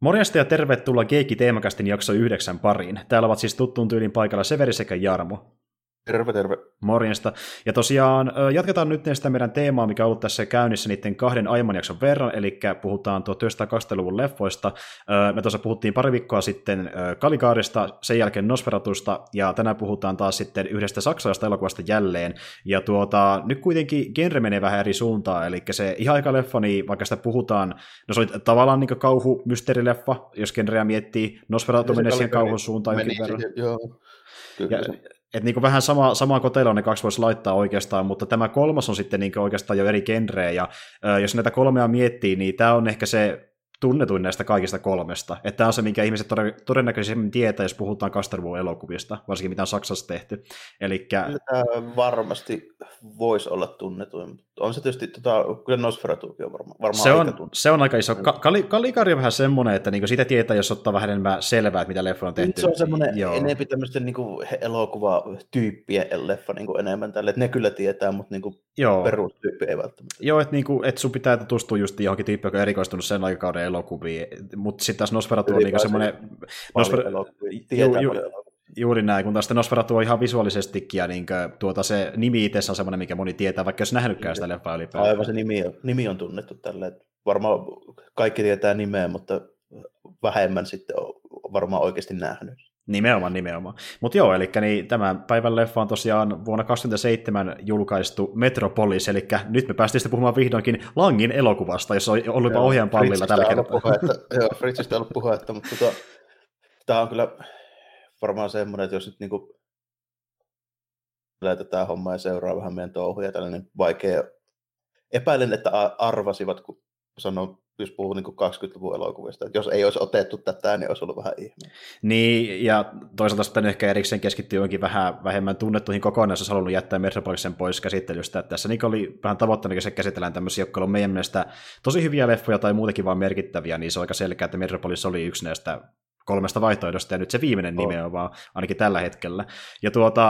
Morjesta ja tervetuloa Geekki Teemakastin jakso 9 pariin. Täällä ovat siis tuttuun tyylin paikalla Severi sekä Jarmo. Terve, terve. Morjesta. Ja tosiaan jatketaan nyt sitä meidän teemaa, mikä on ollut tässä käynnissä niiden kahden aiemman jakson verran, eli puhutaan 1920-luvun leffoista. Me tuossa puhuttiin pari viikkoa sitten Caligariista, sen jälkeen Nosferatusta, ja tänään puhutaan taas sitten yhdestä saksalaisesta elokuvasta jälleen. Ja nyt kuitenkin genre menee vähän eri suuntaan, eli se ihan aika leffa, niin vaikka sitä puhutaan, no se oli tavallaan niin kauhu-mysteerileffa, jos genreä miettii, Nosferatu menee siihen kauhun suuntaan jonkin verran. Joo, kyllä. Että niin vähän samaa koteloa ne kaksi voisi laittaa oikeastaan, mutta tämä kolmas on sitten niin oikeastaan jo eri genreä, ja jos näitä kolmea miettii, niin tämä on ehkä se tunnetuin näistä kaikista kolmesta. Että tämä on se, minkä ihmiset todennäköisesti tietää, jos puhutaan Casterwall-elokuvista, varsinkin mitä on Saksassa tehty. Elikkä tämä varmasti voisi olla tunnetuin. On se tietysti, kyllä Nosferatukin on varmaan se on aika iso. Caligari on vähän semmoinen, että niinku siitä tietää, jos ottaa vähän enemmän selvää, että mitä leffa on tehty. Se on semmoinen enemmän tämmöisten niinku elokuvatyyppien leffa niinku enemmän tälle, että ne kyllä tietää, mutta niinku perustyyppi ei välttämättä. Joo, että niinku, et sun pitää tutustua just johonkin tyyppiin, joka on erikoistunut sen aikakauden elokuviin, mutta sitten taas Nosferatu on niinku semmoinen juuri näin, kun taas Nosferatu on ihan visuaalisestikin, ja niin se nimi itse on semmoinen, mikä moni tietää, vaikka jos nähnytkään sitä leffaa ylipäätään. Aivan, se nimi on tunnettu tällä, että varmaan kaikki tietää nimeä, mutta vähemmän sitten on varmaan oikeasti nähnyt. Nimenomaan. Mutta joo, eli niin, tämän päivän leffa on tosiaan vuonna 2027 julkaistu Metropolis, eli nyt me päästiin sitten puhumaan vihdoinkin Langin elokuvasta, jossa on ollut jopa ohjaajan pallilla tällä kertaa. Joo, Fritzistä on ollut puhetta, mutta tämä on kyllä varmaan semmoinen, että jos nyt niinku lähetetään hommaa ja seuraa vähän meidän touhuja, tällainen vaikea. Epäilen, että arvasivat, kun sanoo, jos puhuu niin 20-luvun elokuvista, että jos ei olisi otettu tätä, niin olisi ollut vähän ihme. Niin, ja toisaalta sitten ehkä erikseen keskittyy jonkin vähän vähemmän tunnettuihin kokonaan, jos olisi halunnut jättää Metropolisen pois käsittelystä. Että tässä niin oli vähän tavoitteena, että käsitellään tämmöisiä, jotka on meidän mielestä tosi hyviä leffoja tai muutenkin vaan merkittäviä, niin se on aika selkeä, että Metropolis oli yksi näistä kolmesta vaihtoehdosta, ja nyt se viimeinen nimenomaan, ainakin tällä hetkellä. Ja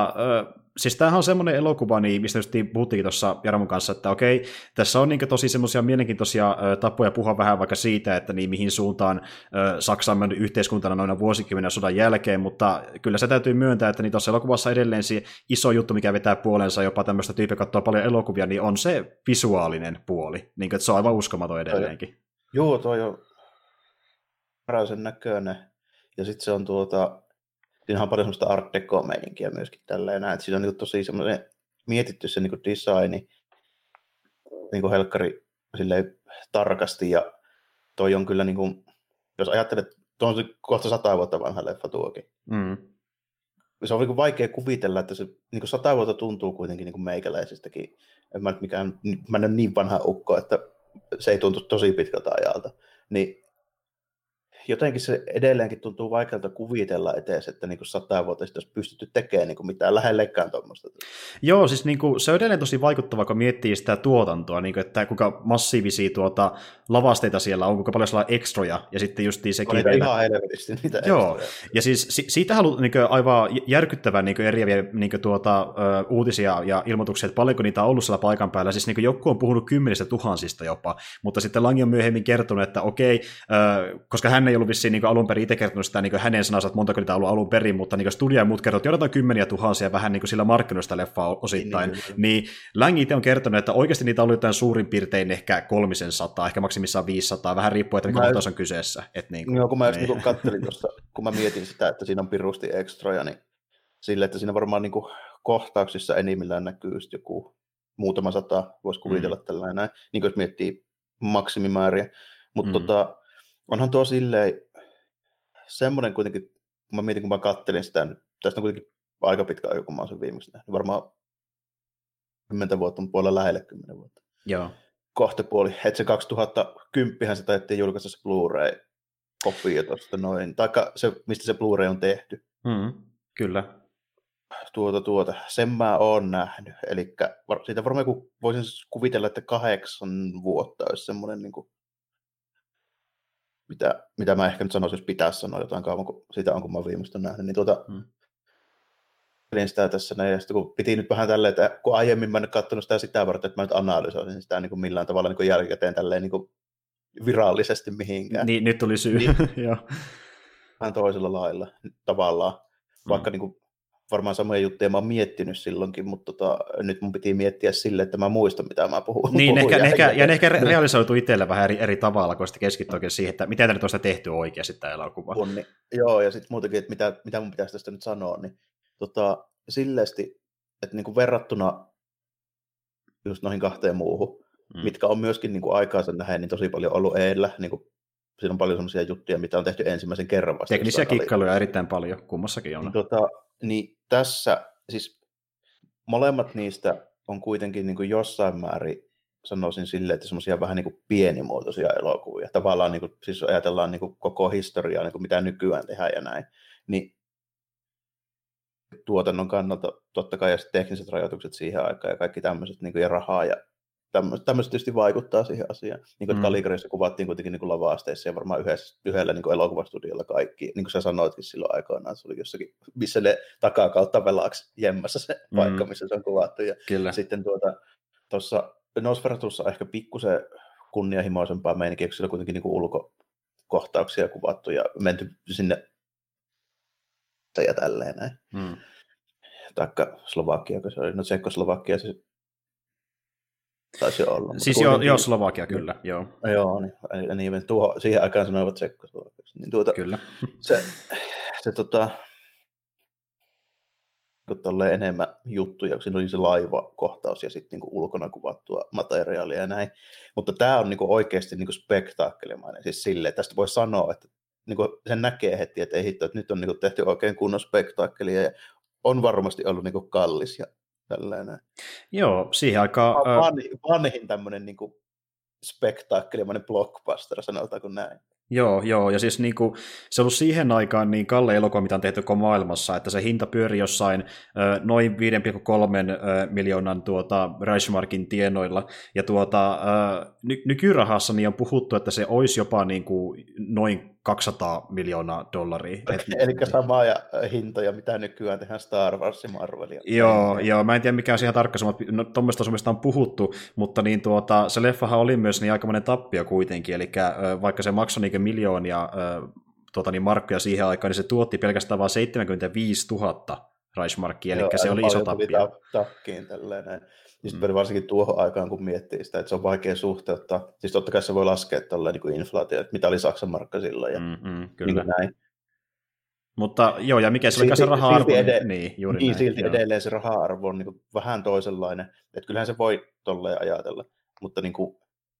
siis tämähän on semmoinen elokuva, niin mistä just puhuttiinkin tuossa Jarmon kanssa, että okei, tässä on niin tosi semmoisia mielenkiintoisia tapoja puhua vähän vaikka siitä, että niin mihin suuntaan Saksa on mennyt yhteiskuntana noina vuosikymmenen sodan jälkeen, mutta kyllä se täytyy myöntää, että niin tuossa elokuvassa edelleen se iso juttu, mikä vetää puolensa jopa tämmöistä tyyppiä katsoo paljon elokuvia, niin on se visuaalinen puoli, niin kuin, että se on aivan uskomaton edelleenkin. Joo, toi on paransen näköinen. Ja sitten se on siinä on paljon semmoista art deco-meininkiä myöskin tälleen näin, että siinä on niin tosi semmoinen mietitty se niin designi niin helkkari silleen tarkasti, ja toi on kyllä niin kuin, jos ajattelet, tuo on kohta 100 vuotta vanha leffa tuokin. Mm. Se on niin vaikea kuvitella, että se niin 100 vuotta tuntuu kuitenkin niin meikäläisistäkin. Mä en ole niin vanha ukko, että se ei tuntu tosi pitkältä ajalta. Niin jotenkin se edelleenkin tuntuu vaikealta kuvitella edes, että niin 100 vuotta sitten olisi pystytty tekemään niin mitään lähellekään tuommoista. Joo, siis niin kuin, se on edelleen tosi vaikuttava, kun miettii sitä tuotantoa, niin kuin, että kuinka massiivisia lavasteita siellä on, kuinka paljon siellä on extroja, ja sitten justiin sekin. On ihan helvetisti niitä joo, ja siis siitähän on niin aivan järkyttävän niin eriäviä niin uutisia ja ilmoituksia, että paljonko niitä on ollut siellä paikan päällä. Siis niin joku on puhunut 10 000 jopa, mutta sitten Lange on myöhemmin kertonut, että okei, koska hän ei ollut vissiin niin alun perin itse kertonut sitä niin hänen sanansa, että montako niitä on ollut alun perin, mutta niin studio ja muut kertovat, että joudutaan 10 000 vähän niin sillä markkinoista leffaa osittain, niin Lang itse on kertonut, että oikeasti niitä on ollut jotain suurin piirtein ehkä 300, ehkä maksimissaan 500, vähän riippuu, että mikä kohtaus on kyseessä. Joo, kun mä niin katselin tuossa, kun mä mietin sitä, että siinä on pirusti extroja, niin sille, että siinä varmaan niin kohtauksissa enimmillään näkyy just joku muutama sata, voisi kuvitella tällainen näin, niin kuin jos miettii maksimimääriä, mutta onhan tuo silleen semmoinen kuitenkin, kun mä mietin, kun mä kattelin sitä, niin tästä on kuitenkin aika pitkä aika, kun mä oon sen viimeksi nähnyt. Varmaan 10 vuotta, mutta puolella lähelle 10 vuotta. Joo. Kohta puoli. Että se 2010 se taidettiin julkaista se Blu-ray-kopio tuosta noin, taikka se, mistä se Blu-ray on tehty. Kyllä. Sen mä oon nähnyt. Eli siitä varmaan voisin kuvitella, että 8 vuotta olisi semmoinen niin kuin mitä mä ehkä nyt sanoisin, jos pitäisi sanoa jotain kauan, kun sitä on, kun mä oon viimeistä nähnyt, niin sitä tässä näin, ja sitten kun piti nyt vähän tälleen, että kun aiemmin mä en katsonut sitä varten, että mä nyt analysoisin sitä niin kuin millään tavalla niin kuin jälkikäteen tälleen niin kuin virallisesti mihinkään. Niin, nyt tuli syy. Joo. Vähän toisella lailla tavallaan, vaikka niin kuin, varmaan samoja juttuja mä oon miettinyt silloinkin, mutta nyt mun piti miettiä silleen, että mä muistan, mitä mä puhun. Niin, ne ehkä realisoitu itselle vähän eri tavalla, kun sitten keskittyy oikein siihen, että miten tämä nyt on tehty oikeasti tämä elokuva. Niin, joo, ja sitten muutenkin, että mitä mun pitäisi tästä nyt sanoa, niin silleesti, että niin kuin verrattuna just noihin kahteen muuhun, mitkä on myöskin niin kuin aikaansa nähden niin tosi paljon ollut eellä, niin kuin siinä on paljon sellaisia juttuja, mitä on tehty ensimmäisen kerran vasta. Teknisiä kikkailuja erittäin paljon, kummassakin on. Niin tässä, siis molemmat niistä on kuitenkin niin kuin jossain määrin, sanoisin silleen, että semmoisia vähän niin kuin pienimuotoisia elokuvia. Tavallaan niin kuin, siis ajatellaan niin kuin koko historiaa, niin kuin mitä nykyään tehdään ja näin. Niin tuotannon kannalta totta kai ja tekniset rajoitukset siihen aikaan ja kaikki tämmöiset niin kuin, ja rahaa ja tämmöiset tietysti vaikuttaa siihen asiaan. Niin kuin Kaligrissa kuvattiin kuitenkin niin kuin lava-asteissa ja varmaan yhdellä niin kuin elokuvastudiolla kaikki. Niin kuin sä sanoitkin silloin aikoinaan, se oli jossakin, missä ne takaa kautta velaksi jemmässä se paikka, missä se on kuvattu. Ja kyllä. Sitten tuossa Nosferatussa ehkä pikkusen kunnianhimoisempaa meininkiä, kun siellä kuitenkin niin kuin ulkokohtauksia kuvattu ja menty sinne ja tälleen näin. Taikka Slovakia, kun se oli. No Tsekkoslovakia se taisi olla. Siis joo, Slovakia kyllä, joo. Joo, niin siihen aikaan sanoivat Tsekkoslovakiaksi. Niin kyllä. Se kun tolleen enemmän juttuja, kun siinä oli se laivakohtaus ja sitten niin ulkona kuvattua materiaalia ja näin. Mutta tämä on niin oikeasti niin spektaakkelimainen. Siis silleen, tästä voi sanoa, että niin sen näkee heti, että ei hitto, että nyt on niin tehty oikein kunnon spektaakkelia ja on varmasti ollut niin kallis ja tällainen. Joo, siihen aikaan vanhin tämmöinen niin spektaakkelimainen blockbuster, sanotaanko näin. Joo, ja siis niinku, se on ollut siihen aikaan niin kallein elokuva, mitä on tehty koko maailmassa, että se hinta pyöri jossain noin 5,3 miljoonan Reichsmarkin tienoilla, ja nykyrahassa niin on puhuttu, että se olisi jopa niinku noin 200 miljoonaa dollaria. Eli samaa hintoja, mitä nykyään tehdään Star Wars ja Marvelia. Joo, mä en tiedä mikä on ihan tarkka, no tuommoista Suomesta on puhuttu, mutta niin se leffahan oli myös niin aikamoinen tappio kuitenkin, eli vaikka se maksoi niin miljoonia markkoja siihen aikaan, niin se tuotti pelkästään vain 75 000 Reichsmarkia, eli se oli iso tappio. Takkiin tälleen näin. Sitten varsinkin tuohon aikaan, kun miettii sitä, että se on vaikea suhteuttaa. Siis totta kai se voi laskea tolleen niin inflaatio, että mitä oli Saksan markka silloin ja kyllä. Niin näin. Mutta joo, ja mikä se oli se raha-arvo? Silti edelleen se raha-arvo on niin vähän toisenlainen. Että kyllähän se voi tolleen ajatella, mutta niin kuin,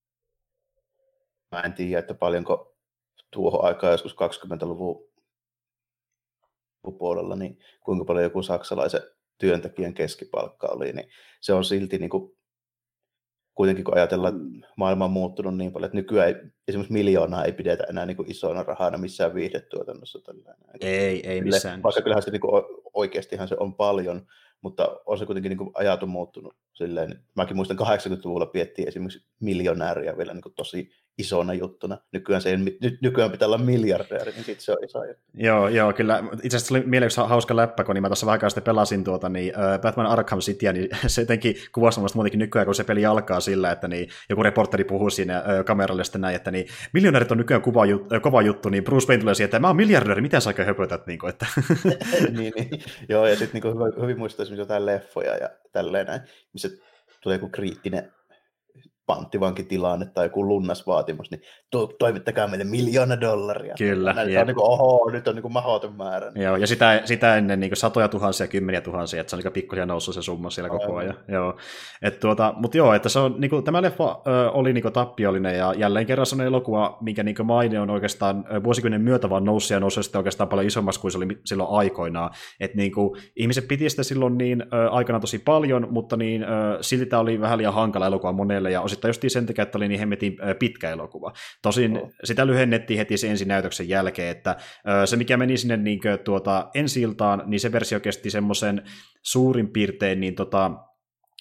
mä en tiedä, että paljonko tuohon aikaan joskus 20-luvun puolella, niin kuinka paljon joku saksalaisen työntekijän keskipalkka oli, niin se on silti niin kuin, kuitenkin kun ajatellaan, että maailma on muuttunut niin paljon, että nykyään esimerkiksi miljoonaa ei pidetä enää niin kuin isona rahana missään viihdetuotannossa. Ei missään. Vaikka kyllähän se niin kuin, oikeastihan se on paljon, mutta on se kuitenkin niin kuin ajat on muuttunut silleen. Mäkin muistan 80-luvulla piettiin esimerkiksi miljonääriä vielä niin kuin tosi isona juttuna. Nykyään pitää olla miljardääri, niin sitten se on iso juttu. Joo, kyllä. Itse asiassa oli mieleen hauska läppä, kun mä tuossa vähän aikaa sitten pelasin Batman Arkham Cityä, niin se jotenkin kuvasi musta muutenkin nykyään, kun se peli alkaa sillä, että niin, joku reporteri puhuu siinä kameralle sitten näin, että niin, miljonäärit on nykyään kova juttu, niin Bruce Wayne tulee siihen, että mä oon miljardööri, mitä sä oikein höpötät? Niin, että... niin. Joo, ja sitten niin hyvin muistaa esimerkiksi jotain leffoja ja tälleen näin, missä tulee joku kriittinen panttivankitilanne tai joku lunnasvaatimus, niin toimittakaa meille $1 miljoona. Kyllä. On nyt on niin kuin mahdoton määrä. Joo, ja sitä ennen niin satoja tuhansia, kymmeniä tuhansia, että se on niin pikkuhiljaa noussut se summa siellä koko ajan. Mutta joo, että se on, niin kuin, tämä leffa oli niin kuin tappiollinen, ja jälleen kerran sellainen elokuva, minkä niin kuin maine on oikeastaan vuosikymmenen myötä vaan noussut, ja noussut sitten oikeastaan paljon isommaksi kuin se oli silloin aikoinaan. Että niin kuin, ihmiset piti sitä silloin niin aikana tosi paljon, mutta niin, silti tämä oli vähän liian hankala elokuva monelle, ja osittain justiin sen takia, että oli niin hemmetin pitkä elokuva. Tosin sitä lyhennettiin heti sen ensinäytöksen jälkeen, että se mikä meni sinne niin ensi-iltaan, niin se versio kesti semmoisen suurin piirtein niin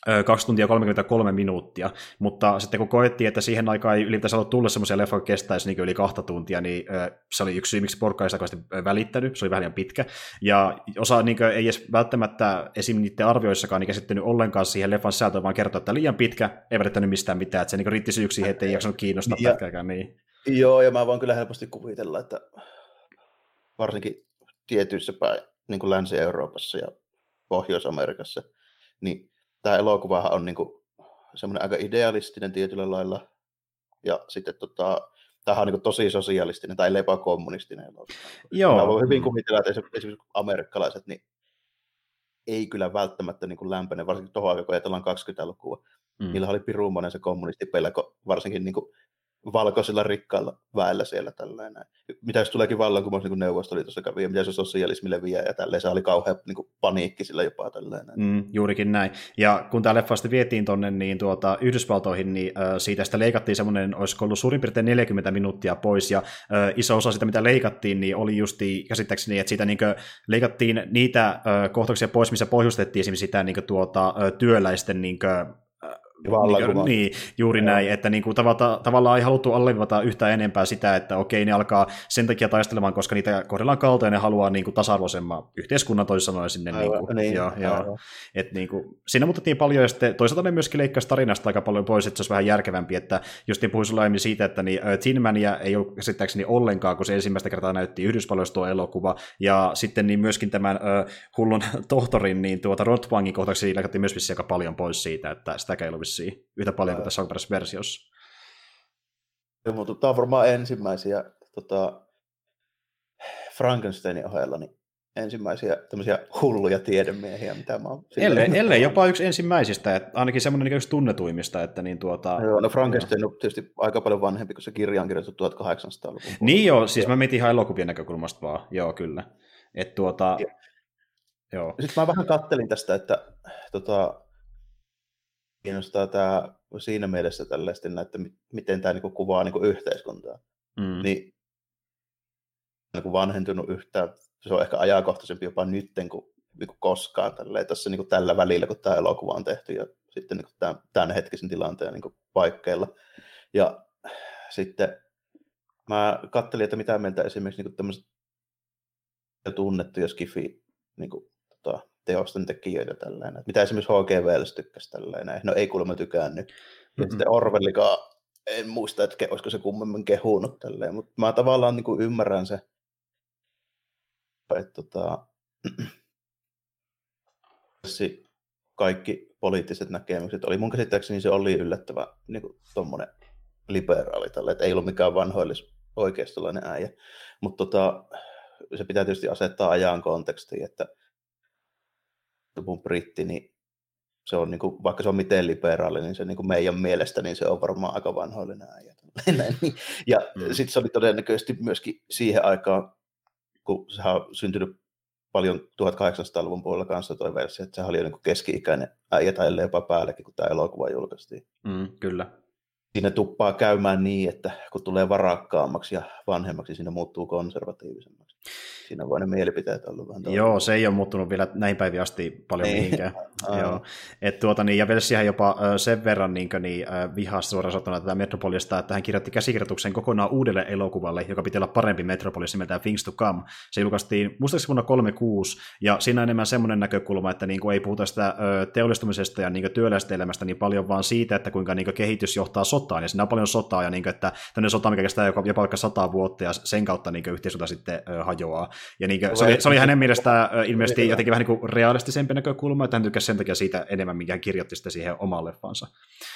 2 tuntia 33 minuuttia, mutta sitten kun koettiin, että siihen aikaan ei ylipäätään ollut tulla semmoisia leffoja, joka kestäisi niin yli 2 tuntia, niin se oli yksi syy, miksi porukka ei sitä välittänyt, se oli vähän liian pitkä, ja osa niin ei edes välttämättä esim. Niiden arvioissakaan niin käsittynyt ollenkaan siihen leffan sisältöön, vaan kertoi, että liian pitkä, ei välittänyt mistään mitään, että se niin riitti syyksi siihen, että ei jaksanut kiinnostaa pätkääkään. Niin. Joo, ja mä voin kyllä helposti kuvitella, että varsinkin tietyissä päin, niin kuin Länsi-Euroopassa ja Pohjois-Amerikassa, niin tämä elokuvahan on niin kuin semmoinen aika idealistinen tietyllä lailla, ja sitten tämähän on niin kuin tosi sosialistinen tai lepakommunistinen elokuva. Joo. Mä voin hyvin kuvitella, että esimerkiksi amerikkalaiset niin ei kyllä välttämättä niin kuin lämpene, varsinkin tuohon aikaan, kun ajatellaan 20-lukua. Niillä oli pirunmoinen se kommunistipelko, varsinkin niin kuin valkoisilla rikkailla väellä siellä tällainen. Mitä jos tuleekin vallankumous, niin kuin Neuvostoliitossa kävi, ja mitä se sosialismi leviää ja tälleen, se oli kauhean niin kuin paniikki sillä jopa tällainen. Juurikin näin. Ja kun tämä leffa sitten vietiin tuonne niin Yhdysvaltoihin, niin siitä sitä leikattiin semmoinen, olisiko ollut suurin piirtein 40 minuuttia pois, ja iso osa sitä, mitä leikattiin, niin oli justi käsittääkseni, että siitä niin leikattiin niitä kohtauksia pois, missä pohjustettiin esimerkiksi sitä niin työläisten niin, juuri näin, että niin kuin tavallaan ei haluttu alleviivata yhtään enempää sitä, että okei, ne alkaa sen takia taistelemaan, koska niitä kohdellaan kaltoon ja ne haluaa niin kuin tasa-arvoisemman yhteiskunnan toisin sanoen sinne. Siinä muutettiin paljon, ja sitten toisaalta ne myöskin leikkasi tarinasta aika paljon pois, että se olisi vähän järkevämpi, että just niin puhuin sulla aiemmin siitä, että niin, Tin Mania ei ollut käsittääkseni ollenkaan, kun se ensimmäistä kertaa näytti Yhdysvalloissa tuo elokuva, ja sitten niin myöskin tämän hullun tohtorin, niin Rothbangin kohtauksia leikattiin myös aika paljon pois siitä, että sitäkään ei ollut yhtä paljon kuin tässä alkuperäisessä versiossa. Mutta tämä on varmaan ensimmäisiä Frankensteinin ohella niin ensimmäisiä tämmöisiä hulluja tiedemiehiä, mitä mä oon... Ellei jopa yksi ensimmäisistä, että ainakin semmoinen niin yksi tunnetuimmista, että niin Joo, no Frankenstein on tietysti aika paljon vanhempi, kun se kirja on kirjoitettu 1800-luvun. Niin joo, siis mä mietin ihan elokuvien näkökulmasta vaan, joo kyllä. Joo. Sitten mä vähän kattelin tästä, että kiinnostaa tämä siinä mielessä tällaista, että miten tämä niin kuvaa niin yhteiskuntaa. Niin vanhentunut yhtään, se on ehkä ajankohtaisempi jopa nytten kuin koskaan tässä niin tällä välillä, kun tämä elokuva on tehty ja sitten niin tämän hetkisen tilanteen niin paikkeilla. Ja sitten mä katselin, että mitä mieltä esimerkiksi niin tämmöiset tunnettuja skifi niin teosten tekijöitä tällainen. Mitä esimerkiksi H.G. Wells tykkäsi tällainen. No ei kuulemma tykännyt. Ja sitten Orwellikaan, en muista, että olisiko se kummemmin kehunut tälleen. Mutta mä tavallaan niin kuin ymmärrän se, että kaikki poliittiset näkemykset oli. Mun käsittääkseni se oli yllättävän niin kuin tommonen liberaali tälle, että ei ollut mikään vanhoillis oikeistolainen äijä. Mutta se pitää tietysti asettaa ajan kontekstiin, että mun britti, niin se on niinku, vaikka se on miten liberaali, niin se niinku meidän mielestä niin se on varmaan aika vanhoillinen äijä. Ja sitten se oli todennäköisesti myöskin siihen aikaan, kun se on syntynyt paljon 1800-luvun puolella kanssa toi versio, että sehän oli jo niinku keski-ikäinen äijä tai jopa päällekin, kun tämä elokuva julkaistiin. Kyllä. Siinä tuppaa käymään niin, että kun tulee varakkaammaksi ja vanhemmaksi, siinä muuttuu konservatiivisemmaksi. Siinä voi ne mielipiteet olla vähän. Joo, se ei ole muuttunut vielä näin päivin asti paljon mihinkään. Joo. Ja Welsihän jopa sen verran vihasi suoraan sanottuna tätä Metropolista, että hän kirjoitti käsikirjoituksen kokonaan uudelle elokuvalle, joka pitää olla parempi Metropolis nimeltään Things to Come. Se julkaistiin muistaakseni vuonna 1936, ja siinä on enemmän semmoinen näkökulma, että ei puhuta sitä teollistumisesta ja työläisten elämästä niin paljon, vaan siitä, että kuinka kehitys johtaa sotaan, ja siinä on paljon sotaa, ja että tämmöinen sota, mikä kestää jopa vaikka 100 vuotta, ja sen kautta yhteiskunta sitten hajoaa. Ja se oli hänen mielestään ilmeisesti jotenkin vähän realistisempi näkökulma, että hän tykkäsi sen takia siitä enemmän, minkä hän kirjoitti sitten siihen omaan leffansa.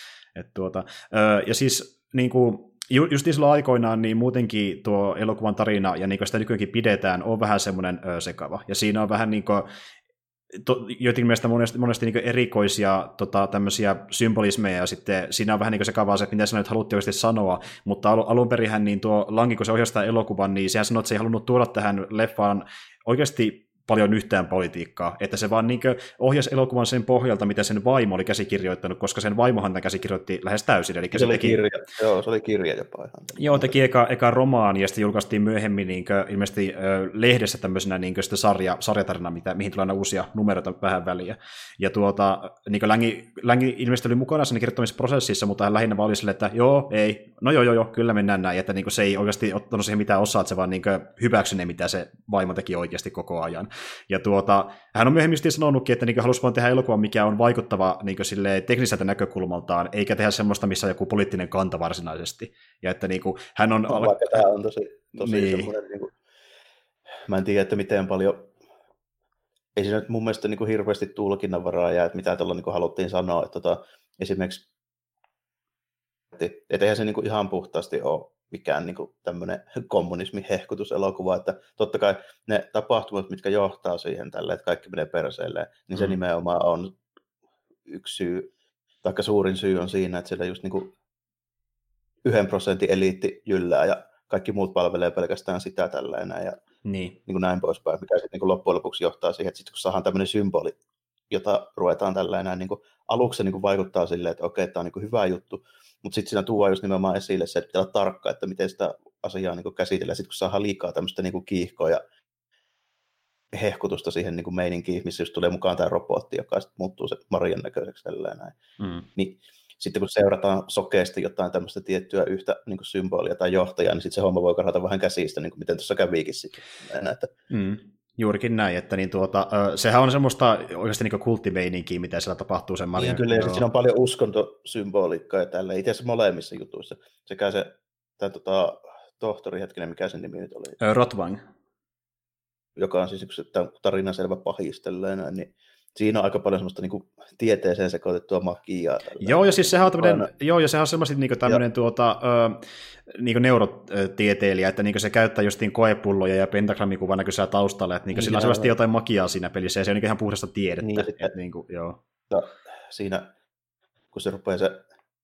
Ja siis justiin silloin aikoinaan, niin muutenkin tuo elokuvan tarina, ja sitä nykyäänkin pidetään, on vähän semmoinen sekava. Ja siinä on vähän joidenkin mielestä monesti erikoisia tämmöisiä symbolismeja, ja sitten siinä on vähän sekavaa se, että mitä sinä nyt haluttiin oikeasti sanoa, mutta alun perinhän niin tuo Langi, kun se ohjastaa elokuvan, niin sehän sanoi, että se ei halunnut tuoda tähän leffaan oikeasti paljon yhtään politiikkaa, että se vaan niin ohjasi elokuvan sen pohjalta, mitä sen vaimo oli käsikirjoittanut, koska sen vaimohan tämän käsikirjoitti lähes täysin. Eli se oli kirja. Joo, se oli kirja jopa ihan. Joo, teki eka romaani, ja sitten julkaistiin myöhemmin niin ilmeisesti lehdessä tämmöisenä niin sarjatarina, mihin tulee aina uusia numeroita vähän väliä. Ja niin Längi ilmeisesti oli mukana siinä kirjoittamisprosessissa, mutta hän lähinnä vaan oli silleen, että joo, kyllä mennään näin, että niin se ei oikeasti ottanut siihen mitään osaa, että se vaan niin hyväksyi ne, mitä se vaimo teki oikeasti koko ajan. Ja hän on myöhemmin sanonutkin, että niin halusi vaan tehdä elokuvan, mikä on vaikuttava niin tekniseltä näkökulmaltaan, eikä tehdä semmoista, missä on joku poliittinen kanta varsinaisesti. Ja että niin hän on... Vaikka tämä on tosi niin. Semmoinen, niin kuin, mä en tiedä, että miten paljon... Ei siinä nyt mun mielestä niin kuin hirveästi tulkinnanvaraa jää, että mitä tuolla niin kuin haluttiin sanoa. Että esimerkiksi, että eihän se niin kuin ihan puhtaasti ole mikään niin kuin tämmöinen kommunismin hehkutuselokuva, että totta kai ne tapahtumat, mitkä johtaa siihen tälle, että kaikki menee perseelle, niin se nimenomaan on yksi syy, taikka suurin syy on siinä, että siellä just niin kuin 1% eliitti jyllää ja kaikki muut palvelee pelkästään sitä tällainen ja niin kuin näin poispäin, mikä sitten niin kuin loppujen lopuksi johtaa siihen, että sitten kun saadaan tämmöinen symboli, jota ruvetaan tällainen, niin kuin aluksi niin kuin vaikuttaa silleen, että okei, tämä on niin kuin hyvä juttu, mutta sitten siinä tuodaan just nimenomaan esille se, että pitää olla tarkka, että miten sitä asiaa niin kuin käsitellään. Sitten kun saadaan liikaa tämmöistä niin kuin kiihkoa ja hehkutusta siihen niin kuin meininkiin, missä just tulee mukaan tämä robotti, joka sitten muuttuu se Marian näköiseksi tällainen. Niin sitten kun seurataan sokeasti jotain tämmöistä tiettyä yhtä niin kuin symbolia tai johtajaa, niin sitten se homma voi karata vähän käsistä, niin kuin miten tuossa käviikin sitten. Juurikin näin, että niin sehän on semmoista oikeasti niin kulttimeininkiä, mitä siellä tapahtuu sen Marian. Niin, kyllä, ja siinä on paljon uskontosymboliikkaa ja tällä. Itse asiassa molemmissa jutuissa. Sekä se tohtori, hetkinen, mikä sen nimi nyt oli? Rotvang. Joka on siis yksi tarina selvä pahistelleen, niin siinä on aika paljon semmoista niin kuin tieteeseen sekoitettua magiaa. Joo, ja siis sehän on tämmöinen, sehän on semmoisesti niin tämmöinen niin neurotieteilijä, että niin se käyttää justiin koepulloja ja pentagrammikuva näkyy siellä taustalla, että niin sillä on selvästi jotain magiaa siinä pelissä, ja se on niin ihan puhdasta tiedettä. Niin, että niin kuin, joo. Siinä, kun se rupeaa se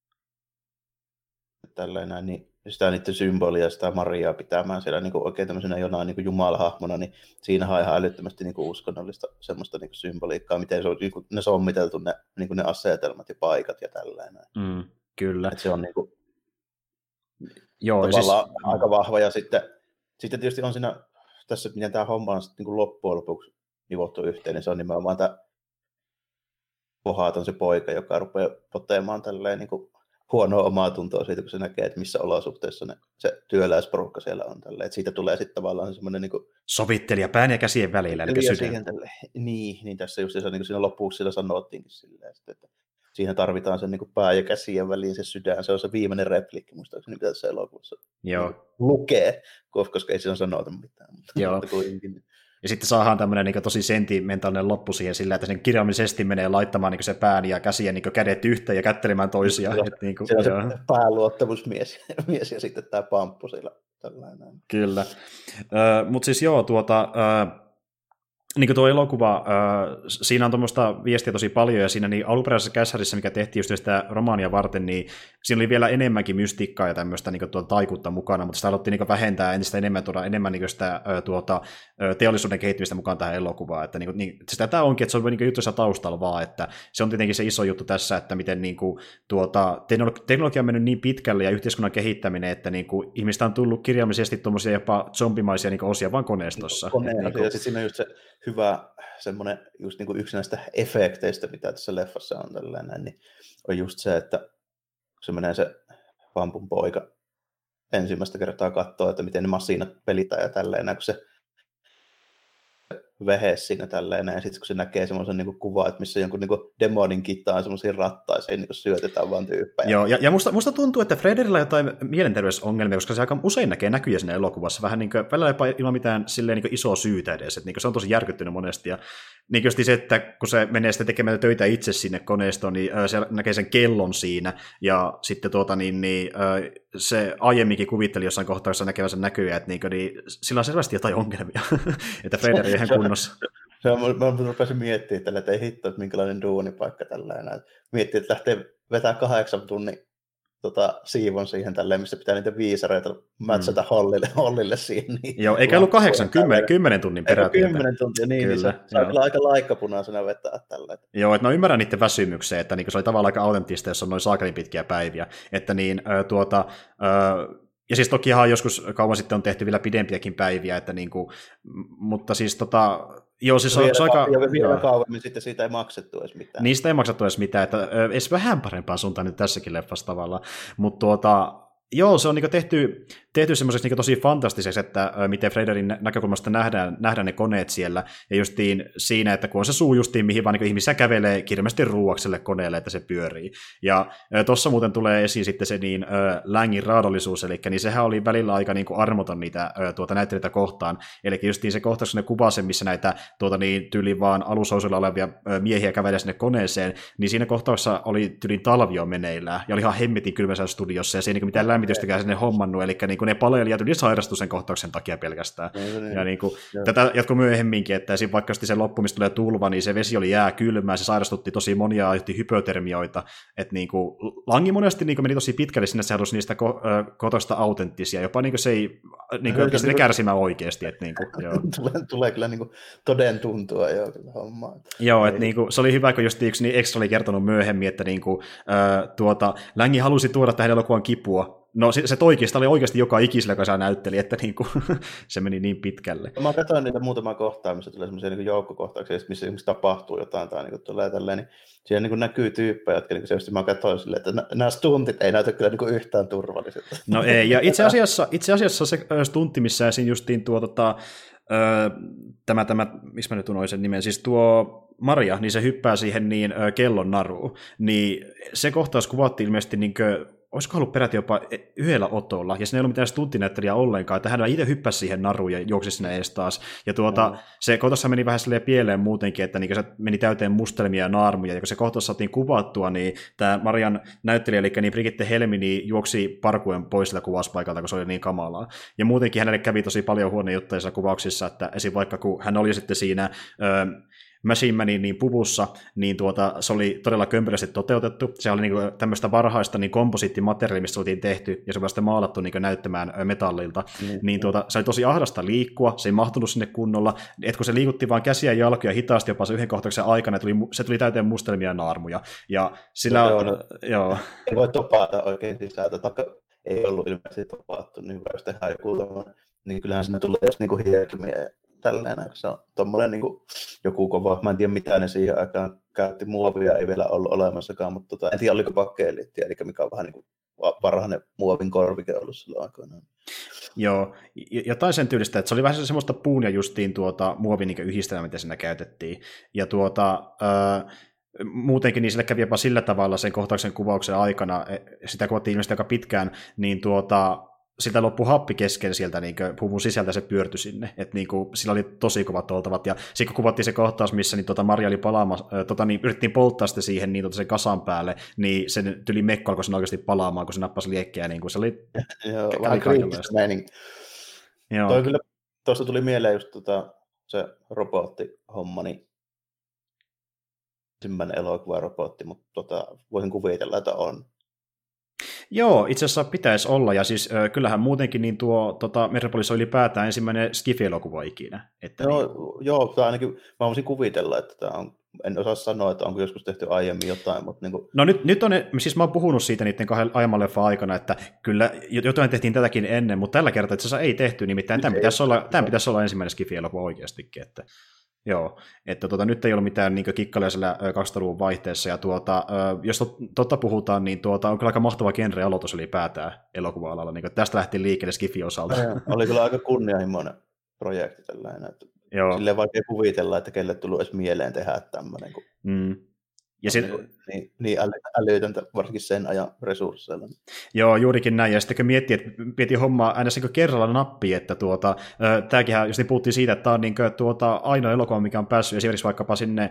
tällainen, niin sitä niiden symbolia, sitä Mariaa pitämään siellä niin kuin oikein tämmöisenä jonain niin kuin jumalahahmona, niin siinä on ihan älyttömästi niin kuin uskonnollista semmoista niin kuin symboliikkaa, miten se on niin kuin, ne sommiteltu ne asetelmat ja paikat ja tällainen. Kyllä. Että se on niin kuin, joo, tavallaan siis aika vahva, ja sitten tietysti on siinä tässä, miten tämä homma on niin kuin loppujen lopuksi nivottu yhteen, niin se on nimenomaan tämä Pohaton se poika, joka rupeaa potemaan tälleen niin kuin huonoa omaa tuntoa siitä, kun se näkee, että missä olosuhteissa se työläisporukka siellä on. Tälleen. Että siitä tulee sitten tavallaan semmoinen niin kuin sovittelija pään ja käsien välillä, eli sydän. Niin tässä just se, niin kuin siinä lopuksi siellä sanottiinkin silleen, että siinä tarvitaan sen niin kuin pää ja käsien väliin se sydän. Se on se viimeinen repliikki, muistaakseni, mitä tässä elokuvassa lukee, koska ei siinä sanota mitään. Joo. Ja sitten saadaan tämmöinen niin tosi sentimentaalinen loppu siihen sillä, että sen kirjaimellisesti menee laittamaan niin se pään ja käsien niin kädet yhteen ja kättelemään toisiaan. Niin se on se pääluottamusmies ja sitten tämä pamppu siellä. Tällainen. Kyllä. Mutta siis joo, niin kuin tuo elokuva, siinä on tuommoista viestiä tosi paljon, ja siinä niin alkuperäisessä kässärissä, mikä tehtiin just sitä romaania varten, niin siinä oli vielä enemmänkin mystiikkaa ja tämmöistä niin taikuutta mukana, mutta sitä haluttiin niin vähentää entistä enemmän, tuoda enemmän niin sitä teollisuuden kehittymistä mukaan tähän elokuvaan. Että niin, sitä tämä onkin, että se on niin juttu taustalla vaan, että se on tietenkin se iso juttu tässä, että miten niin kuin, teknologia on mennyt niin pitkälle ja yhteiskunnan kehittäminen, että niin kuin, ihmistä on tullut kirjaimellisesti tuommoisia jopa zombimaisia niin osia vaan koneistossa. Ja sitten siinä on just se hyvä semmoinen just niin kuin yksi näistä efekteistä, mitä tässä leffassa on tällainen, niin on just se, että kun se menee se Pampun poika ensimmäistä kertaa katsoo, että miten ne masiinat pelitään ja tälleen, kun se vehes siinä tälleen, ja sitten kun se näkee semmoisen niin kuvan, että missä jonkun niin demonin kittaan semmoisia rattaisiin, niin syötetään vaan tyyppejä. Joo, ja musta tuntuu, että Frederilla on jotain mielenterveysongelmia, koska se aika usein näkee näkyjä siinä elokuvassa, vähän niin kuin, välillä jopa ilman mitään silleen niin isoa syytä edes, että niin se on tosi järkyttynyt monesti, ja niin se, että kun se menee sitten tekemään töitä itse sinne koneistoon, niin se näkee sen kellon siinä, ja sitten se aiemminkin kuvitteli jossain kohtaa näkevänsä näkyjä, että niin, sillä on selvästi jotain ongelmia, että Freder ei ihan kunnossa. Mä rupesin miettimään että ei hitto, että minkälainen duunipaikka tällainen. Miettii, että lähtee vetää 8 tunnin siivon siihen tälleen, missä pitää niitä viisareita mätsätä Hollille siihen. Niin joo, eikä ollut 10 tunnin peräti. 10 tuntia, niin se saa kyllä aika laikkapunaisena vetää tällä. Joo, että mä ymmärrän niiden väsymykseen, että niin se oli tavallaan aika autenttista, jos on noin saakelin pitkiä päiviä. Että niin, ja siis tokihan joskus kauan sitten on tehty vielä pidempiäkin päiviä, että niin kuin, mutta siis joo, siis se aika... Ja vielä kauemmin sitten siitä ei maksettu edes mitään. Niistä ei maksettu edes mitään, että edes vähän parempaan suuntaan nyt tässäkin leffassa tavallaan, mutta joo, se on niin tehty semmoiseksi niin tosi fantastiseksi, että miten Frederin näkökulmasta nähdään ne koneet siellä, ja justiin siinä, että kun on se suu justiin, mihin vaan niin ihmisiä kävelee kirjallisesti ruuakselle koneelle, että se pyörii. Ja tuossa muuten tulee esiin sitten se Langin raadollisuus, eli niin sehän oli välillä aika niin armoton niitä näyttelijöitä kohtaan, eli justiin se kohtaus, kun ne kuvaa sen, missä näitä tyyliin vaan alushousilla olevia miehiä kävelee sinne koneeseen, niin siinä kohtauksessa oli tyyliin talvio meneillään, ja oli ihan hemmetin kylmässä studiossa, ja se ei niin mitään lämmitystäkään sinne hommannut, eli niin ne palelijat yli sairastui sen kohtauksen takia pelkästään. Ja niin kuin, tätä jatkoi myöhemminkin, että vaikka se loppu, mistä tulee tulva, niin se vesi oli jääkylmää, se sairastutti tosi monia, aiheutti hypotermioita, että niin kuin, Langi monesti niin kuin meni tosi pitkälle sinne, se halusi niistä kotosta autenttisia, jopa niin kuin se ei niin kuin, sitä kärsimään oikeasti. Että, niin kuin, joo. Tulee kyllä niin kuin, toden tuntua jo kyllä hommaa. Joo, että niin kuin, se oli hyvä, kun just yksi niin Extra oli kertonut myöhemmin, että niin kuin, Langi halusi tuoda tähän elokuvan kipua. No se toikista oli oikeasti joka ikisellä, joka saa näytteli, että niinku, se meni niin pitkälle. Mä katsoin niitä muutamaa kohtaa, missä tulee semmoisia niin joukkokohtauksia, missä esimerkiksi tapahtuu jotain tai niin tulee tälleen, niin siellä niin näkyy tyyppejä, jotka niin selvästi mä katsoin silleen, että nämä stuntit ei näytä kyllä niin yhtään turvallisilta. No ei, ja itse asiassa se stuntti, missä siinä justiin tämä, miksi mä nyt unoin sen nimen, siis tuo Maria, niin se hyppää siihen kellon naruun, niin se kohtaus kuvattiin ilmeisesti olisiko ollut peräti jopa yhdellä otolla, ja siinä ei ollut mitään stunttinäyttelijää ollenkaan, että hän itse hyppäsi siihen naruun ja juoksi sinne ees taas. Ja se kohtaus meni vähän silleen pieleen muutenkin, että se meni täyteen mustelmia ja naarmuja, ja kun se kohtaus saatiin kuvattua, niin tämä Marian näyttelijä, eli niin Brigitte Helmi, niin juoksi parkuen pois siltä kuvauspaikalta, kun se oli niin kamalaa. Ja muutenkin hänelle kävi tosi paljon huonoja juttuja kuvauksissa, että esim. Vaikka kun hän oli sitten siinä Machine Manin puvussa, niin se oli todella kömpelösti toteutettu. Se oli tämmöistä varhaista komposiittimateriaalia, mistä oltiin tehty, ja se oli sitten maalattu näyttämään metallilta. Niin se oli tosi ahdasta liikkua, se ei mahtunut sinne kunnolla, että kun se liikutti vaan käsiä ja jalkoja hitaasti jopa se yhden kohtauksen aikana, se tuli täyteen mustelmia ja naarmuja. Ja sillä joo. Ei voi topata oikein sisältä, taikka ei ollut ilmeisesti topattu, niin jos tehdään joku tommoinen, niin kyllähän sinne tulee jos hiertymiä tällainen, se on tommoinen niin joku kova, mä en tiedä mitä ne siihen aikaan käytti, muovia ei vielä ollut olemassakaan, mutta en tiedä oliko bakkeeliitti, eli mikä on vähän niin kuin varhainen muovin korvike ollut silloin aikoinaan. Joo, jotain sen tyylistä, että se oli vähän semmoista puun ja justiin muovin yhdistelmää, mitä siinä käytettiin, ja muutenkin niin sille kävi jopa sillä tavalla sen kohtauksen kuvauksen aikana, sitä kuvattiin ilmeisesti aika pitkään, niin sitä loppui happi kesken sieltä puvun sisältä, se pyörtyi sinne, että sillä oli tosi kovat oltavat, ja sitten kun kuvattiin se kohtaus, missä Maria oli palaamassa, yritettiin polttaa sitä siihen sen kasan päälle, niin sen tyli mekko alkoi sen oikeasti palaamaan, kun se nappasi liekkejä, niin se oli vähän kriittistä meininki. Toi kyllä, tuosta tuli mieleen just se robottihomma, niin ensimmäinen elokuva-robotti, mutta voisin kuvitella, että on. Joo, itse asiassa pitäisi olla, ja siis kyllähän muutenkin niin Metropolis on ylipäätään ensimmäinen Skifi-elokuva ikinä. Että joo, tai ainakin mä voisin kuvitella, että tämä on, en osaa sanoa, että onko joskus tehty aiemmin jotain, mutta No nyt on, siis mä oon puhunut siitä niiden kahden aiemman leffan aikana, että kyllä jotain tehtiin tätäkin ennen, mutta tällä kertaa itse asiassa ei tehty, nimittäin tämän pitäisi olla ensimmäinen Skifi-elokuva oikeastikin, että joo, että nyt ei ollut mitään kikkailuja siellä 2000-luvun vaihteessa, ja jos totta puhutaan, niin on kyllä aika mahtava genre-aloitus ylipäätään elokuva-alalla, niin tästä lähti liikkeelle Skifi-osalta. Oli kyllä aika kunnianhimoinen projekti tällainen, että silleen vaikea kuvitella, että kelle tullut edes mieleen tehdä tämmöinen. Ja niin älytöntä, varsinkin sen ajan resursseilla. Joo, juurikin näin. Ja sitten kun miettii hommaa aina kerralla nappiin, että tämäkinhän, jos puhuttiin siitä, että tämä on ainoa elokuva, mikä on päässyt esimerkiksi vaikkapa sinne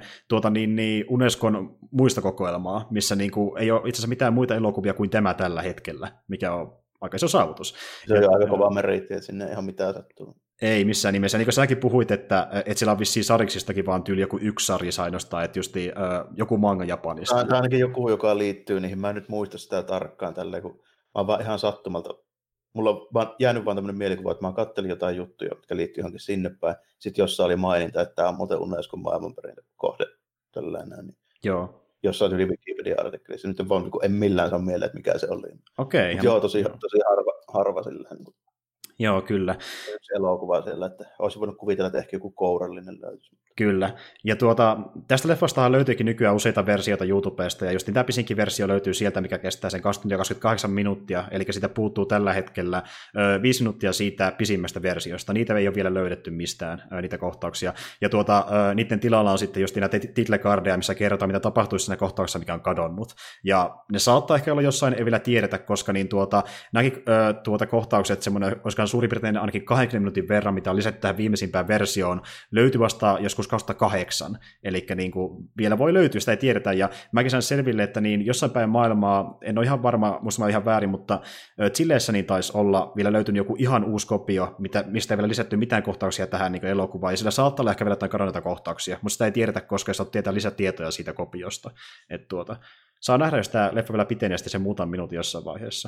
Unescon muistokokoelmaa, missä ei ole itse asiassa mitään muita elokuvia kuin tämä tällä hetkellä, mikä on aika iso saavutus. Se on jo aika kova meriitti, että sinne ihan mitään sattuu. Ei missään nimessä. Niin kuin säkin puhuit, että siellä on vissiin sariksistakin vaan tyyli joku yksi sarja ainoastaan, että just joku manga Japanista. Tämä on ainakin joku, joka liittyy niihin. Mä en nyt muista sitä tarkkaan tälleen, kun mä oon vaan ihan sattumalta. Mulla on vaan jäänyt vaan tämmöinen mielikuva, että mä kattelin jotain juttuja, jotka liittyy johonkin sinne päin. Sitten jossain oli maininta, että tämä on muuten Unescon maailmanperintökohde. Tällainen. Niin joo. Jossain yli Wikipedia-artikkelissa. Nyt vaan, en millään saa mieleen, että mikä se oli. Okei. Joo, tosi harva silleen. Joo, kyllä. Yksi elokuva siellä, että olisi voinut kuvitella, että ehkä joku kourallinen löytyisi. Kyllä. Ja tästä leffastahan löytyykin nykyään useita versioita YouTubesta, ja just tämä pisinkin versio löytyy sieltä, mikä kestää sen 28 minuuttia, eli siitä puuttuu tällä hetkellä 5 minuuttia siitä pisimmästä versiosta. Niitä ei ole vielä löydetty mistään, niitä kohtauksia. Ja niiden tilalla on sitten just näitä titlekardeja, missä kerrotaan, mitä tapahtuisi siinä kohtauksessa, mikä on kadonnut. Ja ne saattaa ehkä olla jossain, ei vielä tiedetä, koska niin nämäkin kohtaukset, semmoinen, olisikohan suurin piirtein ainakin 20 minuutin verran, mitä on lisätty tähän viimeisimpään versioon, löytyy vasta joskus 2008, eli niin kuin vielä voi löytyä, sitä ei tiedetä, ja mäkin sain selville, että niin jossain päin maailmaa, en ole ihan varma, musta mä ihan väärin, mutta Chileessä niin taisi olla vielä löytynyt joku ihan uusi kopio, mistä ei vielä lisätty mitään kohtauksia tähän niin elokuvaan, ja sillä saattaa olla ehkä vielä jotain kadonneita kohtauksia, mutta sitä ei tiedetä, koska ei saa tietää lisätietoja siitä kopiosta, että saa nähdä, jos tämä leffa vielä pitenee sitten sen muutaman minuutin jossain vaiheessa.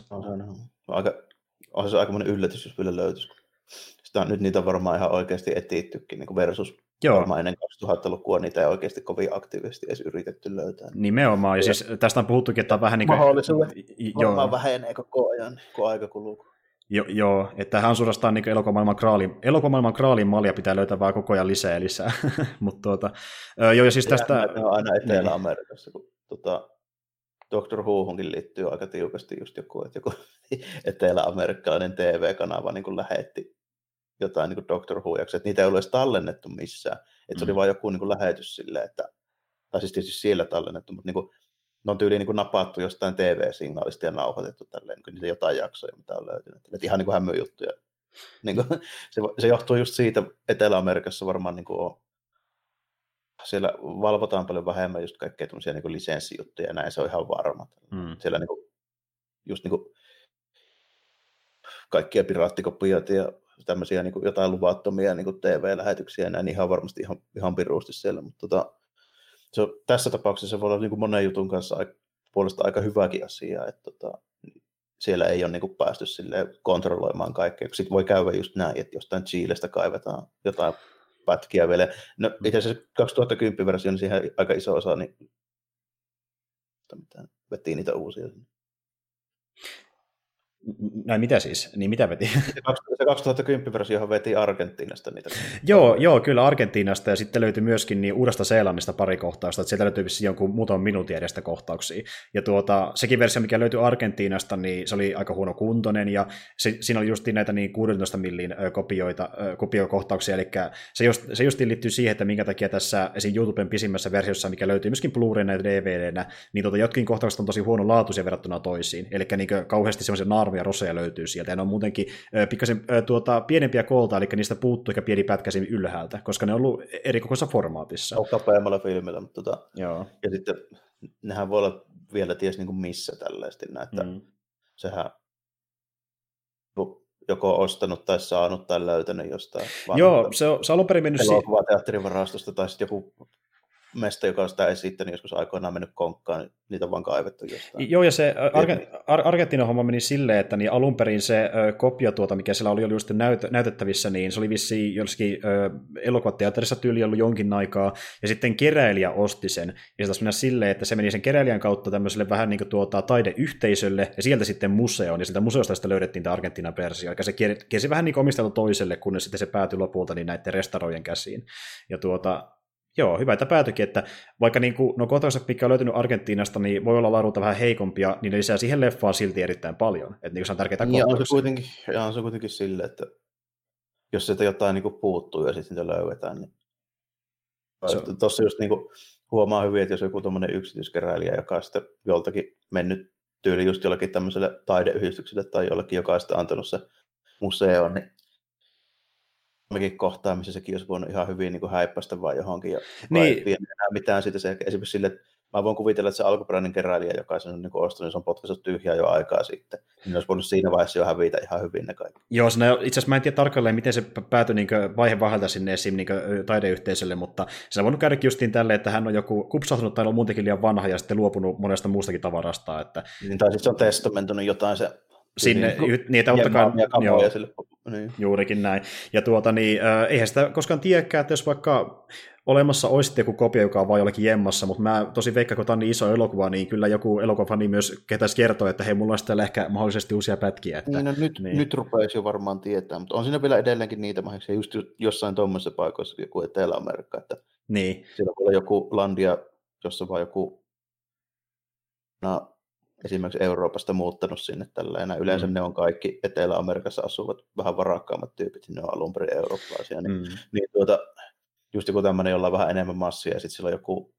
On se aikamoinen yllätys, jos vielä löytyisi. Nyt niitä on varmaan ihan oikeasti etsittykin niin versus varmaan ennen 2000-lukua niitä ei oikeasti kovin aktiivisesti edes yritetty löytää. Nimenomaan, ja siis tästä on puhuttukin, että on vähän niin kuin... Mahdollisuudet varmaan vähenee koko ajan, kun aika kuluu. Joo, että tämähän on suorastaan niin elokuvamaailman kraalin malja pitää löytää vaan koko ajan lisää ja lisää. Mutta ja siis tästä... Ja aina Etelä-Amerikassa, kun Doctor Whohunkin liittyy aika tiukasti just joku etelä-amerikkalainen TV-kanava niin kuin lähetti jotain niin kuin Doctor Who-jaksoja, että niitä ei ole edes tallennettu missään. Että se oli vain joku niin kuin lähetys silleen, tai siis tietysti siellä tallennettu, mutta niin kuin, ne on tyyliin niin kuin napattu jostain TV-signaalista ja nauhoitettu tälleen, niin niitä jotain jaksoja, mitä on löytynyt. Että ihan niin kuin hämmöjuttuja. Niin kuin, se johtuu just siitä, Etelä-Amerikassa varmaan niin kuin on, siellä valvotaan paljon vähemmän just kaikkea tämmöisiä niin kuin lisenssijuttuja ja näin, se on ihan varma. Siellä niin kuin, just niin kuin kaikkia piraattikopioita ja tämmöisiä niin kuin jotain luvattomia niin kuin TV-lähetyksiä ja näin ihan varmasti ihan piruusti siellä, mutta se on, tässä tapauksessa se voi olla niin kuin monen jutun kanssa puolesta aika hyväkin asia, että siellä ei ole niin kuin päästy kontrolloimaan kaikkea, kun sitten voi käydä just näin, että jostain Chilestä kaivetaan jotain pätkiä vielä. No itse asiassa 2010-versio, niin siihen aika iso osa, niin vetiin niitä uusia. Näin mitä siis? Niin mitä veti? Se 2010-versiohan veti Argentiinasta niitä. Joo, kyllä Argentiinasta, ja sitten löytyi myöskin niin Uudesta-Seelannista pari kohtausta, että sieltä löytyi jonkun muutaman minuutin edestä kohtauksia. Ja sekin versio, mikä löytyi Argentiinasta, niin se oli aika huonokuntoinen, ja siinä oli just näitä niin 16 millin kopiokohtauksia, eli se just liittyy siihen, että minkä takia tässä esim. YouTuben pisimmässä versiossa, mikä löytyy myöskin Blu-rayna ja DVDnä, niin jotkin kohtaukset on tosi huonolaatuisia verrattuna toisiin, eli niin kauheasti semmoisia naarmuja roseja löytyy sieltä, ja ne on muutenkin pikkasen pienempiä koolta, eli niistä puuttuu ehkä pieni pätkä ylhäältä, koska ne on ollut eri kokoisessa formaatissa. On kapeammalla filmillä, mutta joo. Ja sitten nehän voi olla vielä ties niin kuin missä tällaisesti, että sehän joko ostanut tai saanut tai löytänyt jostain. Joo, se alun perin mennyt elokuvateatterivarastosta tai sitten joku mesta, joka on sitä esittänyt joskus aikoinaan mennyt konkkaan, niin niitä on vaan kaivettu jostain. Joo, ja se Argentiinan homma meni silleen, että niin alun perin se kopio, mikä siellä oli just näytettävissä, niin se oli vissiin jossakin elokuvateatterissa tyyli ollut jonkin aikaa, ja sitten keräilijä osti sen, ja se taisi mennä silleen, että se meni sen keräilijän kautta tämmöiselle vähän niin kuin taideyhteisölle, ja sieltä sitten museoon, ja sieltä museosta sitten löydettiin tämä Argentiinan versio, eli se kiersi vähän niin kuin omistajalta toiselle, kunnes sitten se päätyi lopulta niin näiden restaurojen käsiin. Ja joo, hyvä, että päätyikin, että vaikka niin kuin, kohtaukset, mitkä on löytynyt Argentiinasta, niin voi olla laadulta vähän heikompia, niin ne lisää siihen leffaan silti erittäin paljon. Että niin se on tärkeitä kohtauksia. Ja on se kuitenkin silleen, että jos sieltä jotain niin kuin puuttuu ja sitten niitä löydetään, niin tuossa just niin kuin huomaa hyvin, että jos joku tuommoinen yksityiskeräilijä, joka on sitten joltakin mennyt tyyli just jollakin tämmöiselle taideyhdistykselle tai jollekin, joka on sitten antanut se museoon, niin kohtaa, missä sekin olisi voinut ihan hyvin niin kuin häippäistä vaan johonkin ja ei enää mitään siitä. Se esimerkiksi sille, että mä voin kuvitella, että se alkuperäinen keräilijä, joka sen on niin ostanut, niin se on potkaissut tyhjää jo aikaa sitten. Niin olisi voinut siinä vaiheessa jo hävitä ihan hyvin ne kaikki. Joo, itse asiassa mä en tiedä tarkalleen, miten se päätyi niin vaihe vaiheelta sinne esim. Niin taideyhteisölle, mutta se on voinut käydäkin justiin tälleen, että hän on joku kupsahtunut tai on muutenkin liian vanha ja sitten luopunut monesta muustakin tavarasta. Että... Niin, tai sitten se on testamentunut jotain se... Sinne, niin ottakaa, niin. Juurikin näin. Ja eihän sitä koskaan tiedäkään, että jos vaikka olemassa olisi joku kopio, joka on vain jollakin jemmassa, mutta mä tosi veikkaan, kun tämä on niin iso elokuva, niin kyllä joku elokuvafani myös ketäisi kertoa, että hei, mulla olisi täällä ehkä mahdollisesti uusia pätkiä. Että, niin, no nyt rupeaisi jo varmaan tietää, mutta on siinä vielä edelleenkin niitä mahdollisia, just jossain tuommoisessa paikoissa, joku Etelä-Amerikka, että niin. siellä voi olla joku landia, jossa vaan joku esimerkiksi Euroopasta muuttanut sinne tällä. Yleensä ne on kaikki Etelä-Amerikassa asuvat vähän varakkaammat tyypit, ne on alun perin eurooppalaisia. Niin just joku tämmöinen, jolla on vähän enemmän massia, ja sitten sillä on joku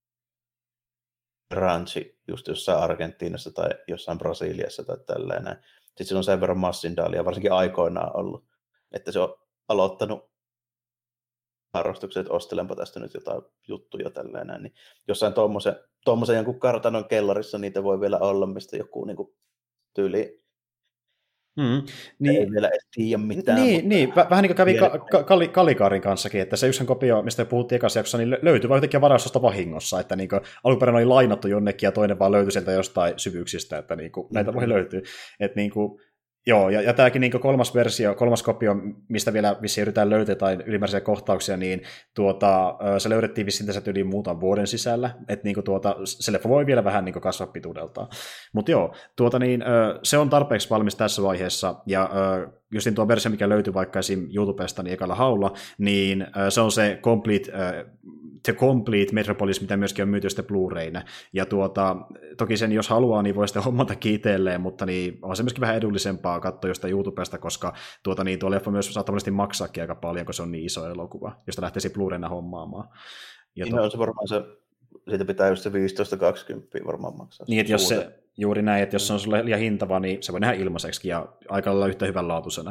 ranchi just jossain Argentiinassa tai jossain Brasiliassa tai tällainen. Sitten sillä on sen verran massindaalia, varsinkin aikoinaan ollut, että se on aloittanut harrastukset, että ostelenpa tästä nyt jotain juttuja tällainen, niin jossain tuommoisen jonkun kartanon kellarissa niitä voi vielä olla, mistä joku niin kuin tyyli niin, ei vielä tiedä mitään. Niin, vähän niin kuin kävi Kalikaarin kanssakin, että se yksi kopio, mistä puhuttiin ekassa jaksossa, niin löytyi vaan jotenkin varastosta vahingossa, että niin alkuperäinen oli lainattu jonnekin ja toinen vaan löytyi sieltä jostain syvyyksistä, että niin kuin, näitä voi löytyä. Että niin kuin, joo, ja tämäkin niin kolmas kopio, mistä vielä vissiin yritetään löytää tai ylimääräisiä kohtauksia, niin se löydettiin vissiin tässä yli muutaman vuoden sisällä, että niin se leffa voi vielä vähän niin kasvaa pituudeltaan. Mutta joo, se on tarpeeksi valmis tässä vaiheessa, ja justin tuo versio, mikä löytyy vaikka esim. YouTubesta niin ekalla haulla, niin se on se Complete Metropolis, mitä myöskin on myyty sitten Blu-rayna. Ja toki sen, jos haluaa, niin voi sitten hommata kiitelleen, mutta niin on se myöskin vähän edullisempaa katsoa jostain YouTubesta, koska tuo leffa myös saattaa monesti maksaakin aika paljon, kun se on niin iso elokuva, josta lähtee Blu-rayna hommaamaan. Ja niin on se varmaan siitä pitää just se 15-20 varmaan maksaa. Niin, että jos se, juuri näin, että jos se on sulle liian hintava, niin se voi nähdä ilmaiseksi ja aika lailla yhtä hyvänlaatuisena.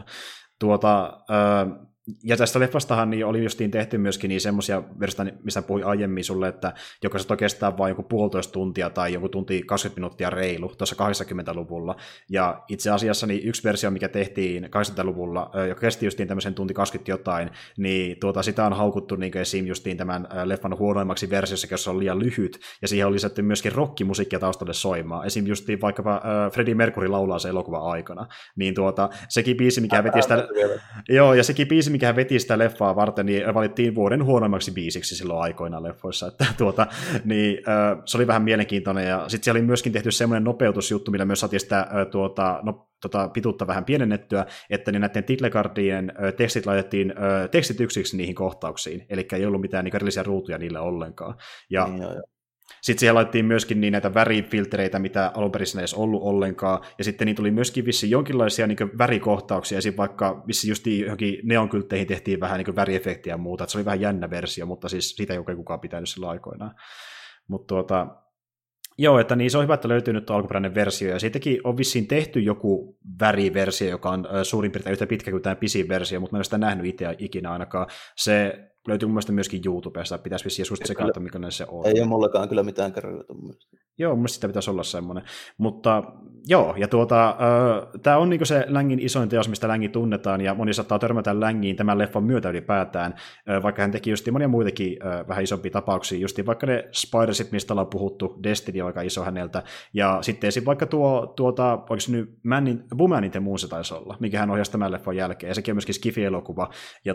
Ja tästä leffastahan niin oli justiin tehty myöskin niin semmoisia versioita, mistä puhuin aiemmin sulle, että joko se kestää vain joku 1,5 tuntia tai joku tunti 20 minuuttia reilu tuossa 80-luvulla. Ja itse asiassa niin yksi versio, mikä tehtiin 80-luvulla, joka kesti justiin tämmöisen tunti 20 jotain, niin sitä on haukuttu niin esim. Justiin tämän leffan huonoimmaksi versiossa, jossa on liian lyhyt, ja siihen on lisätty myöskin rockimusiikkia taustalle soimaan. Esim. Justiin vaikkapa Freddie Mercury laulaa se elokuvan aikana. Niin sekin biisi, mikä veti sitä... Joo, ja sekin biisi, mikä hän veti sitä leffaa varten, niin valittiin vuoden huonoimmaksi biisiksi silloin aikoinaan leffoissa. Että se oli vähän mielenkiintoinen, ja sitten siellä oli myöskin tehty semmoinen nopeutusjuttu, millä myös saatiin sitä pituutta vähän pienennettyä, että niin näiden titlecardien tekstit laitettiin tekstityksiksi niihin kohtauksiin, eli ei ollut mitään niin erillisiä ruutuja niille ollenkaan. Ja sitten siihen laitettiin myöskin niin näitä värifiltreitä, mitä alun perin ei edes ollut ollenkaan, ja sitten niin tuli myöskin vissiin jonkinlaisia niin värikohtauksia, esim. Vaikka vissiin just johonkin neonkyltteihin tehtiin vähän niin väriefektiä ja muuta, että se oli vähän jännä versio, mutta siis siitä ei oikein kukaan pitänyt silloin aikoinaan. Mutta joo, että niin se on hyvä, että löytyy nyt alkuperäinen versio, ja siitäkin on vissiin tehty joku väriversio, joka on suurin piirtein yhtä pitkä kuin tämä pisin versio, mutta mä en ole sitä nähnyt itse ikinä ainakaan. Se löytyy mun mielestä myöskin YouTubesta, pitäisi vissiin just tsekata, millainen se on. Ei ole mullakaan kyllä mitään kerrota. Joo, mun mielestä sitä pitäisi olla semmoinen. Mutta joo, ja tämä on niinku se Längin isoin teos, mistä Längi tunnetaan, ja moni saattaa törmätä Längiin tämän leffan myötä ylipäätään, vaikka hän teki just monia muitakin vähän isompia tapauksia, just vaikka ne Spidersit, mistä ollaan puhuttu, Destiny on aika iso häneltä, ja sitten esim. Vaikka oliko se nyt Womanin the Moon se taisi olla, mikä hän ohjasi tämän leffan jälkeen, ja sekin on myöskin Skifi-elokuva, ja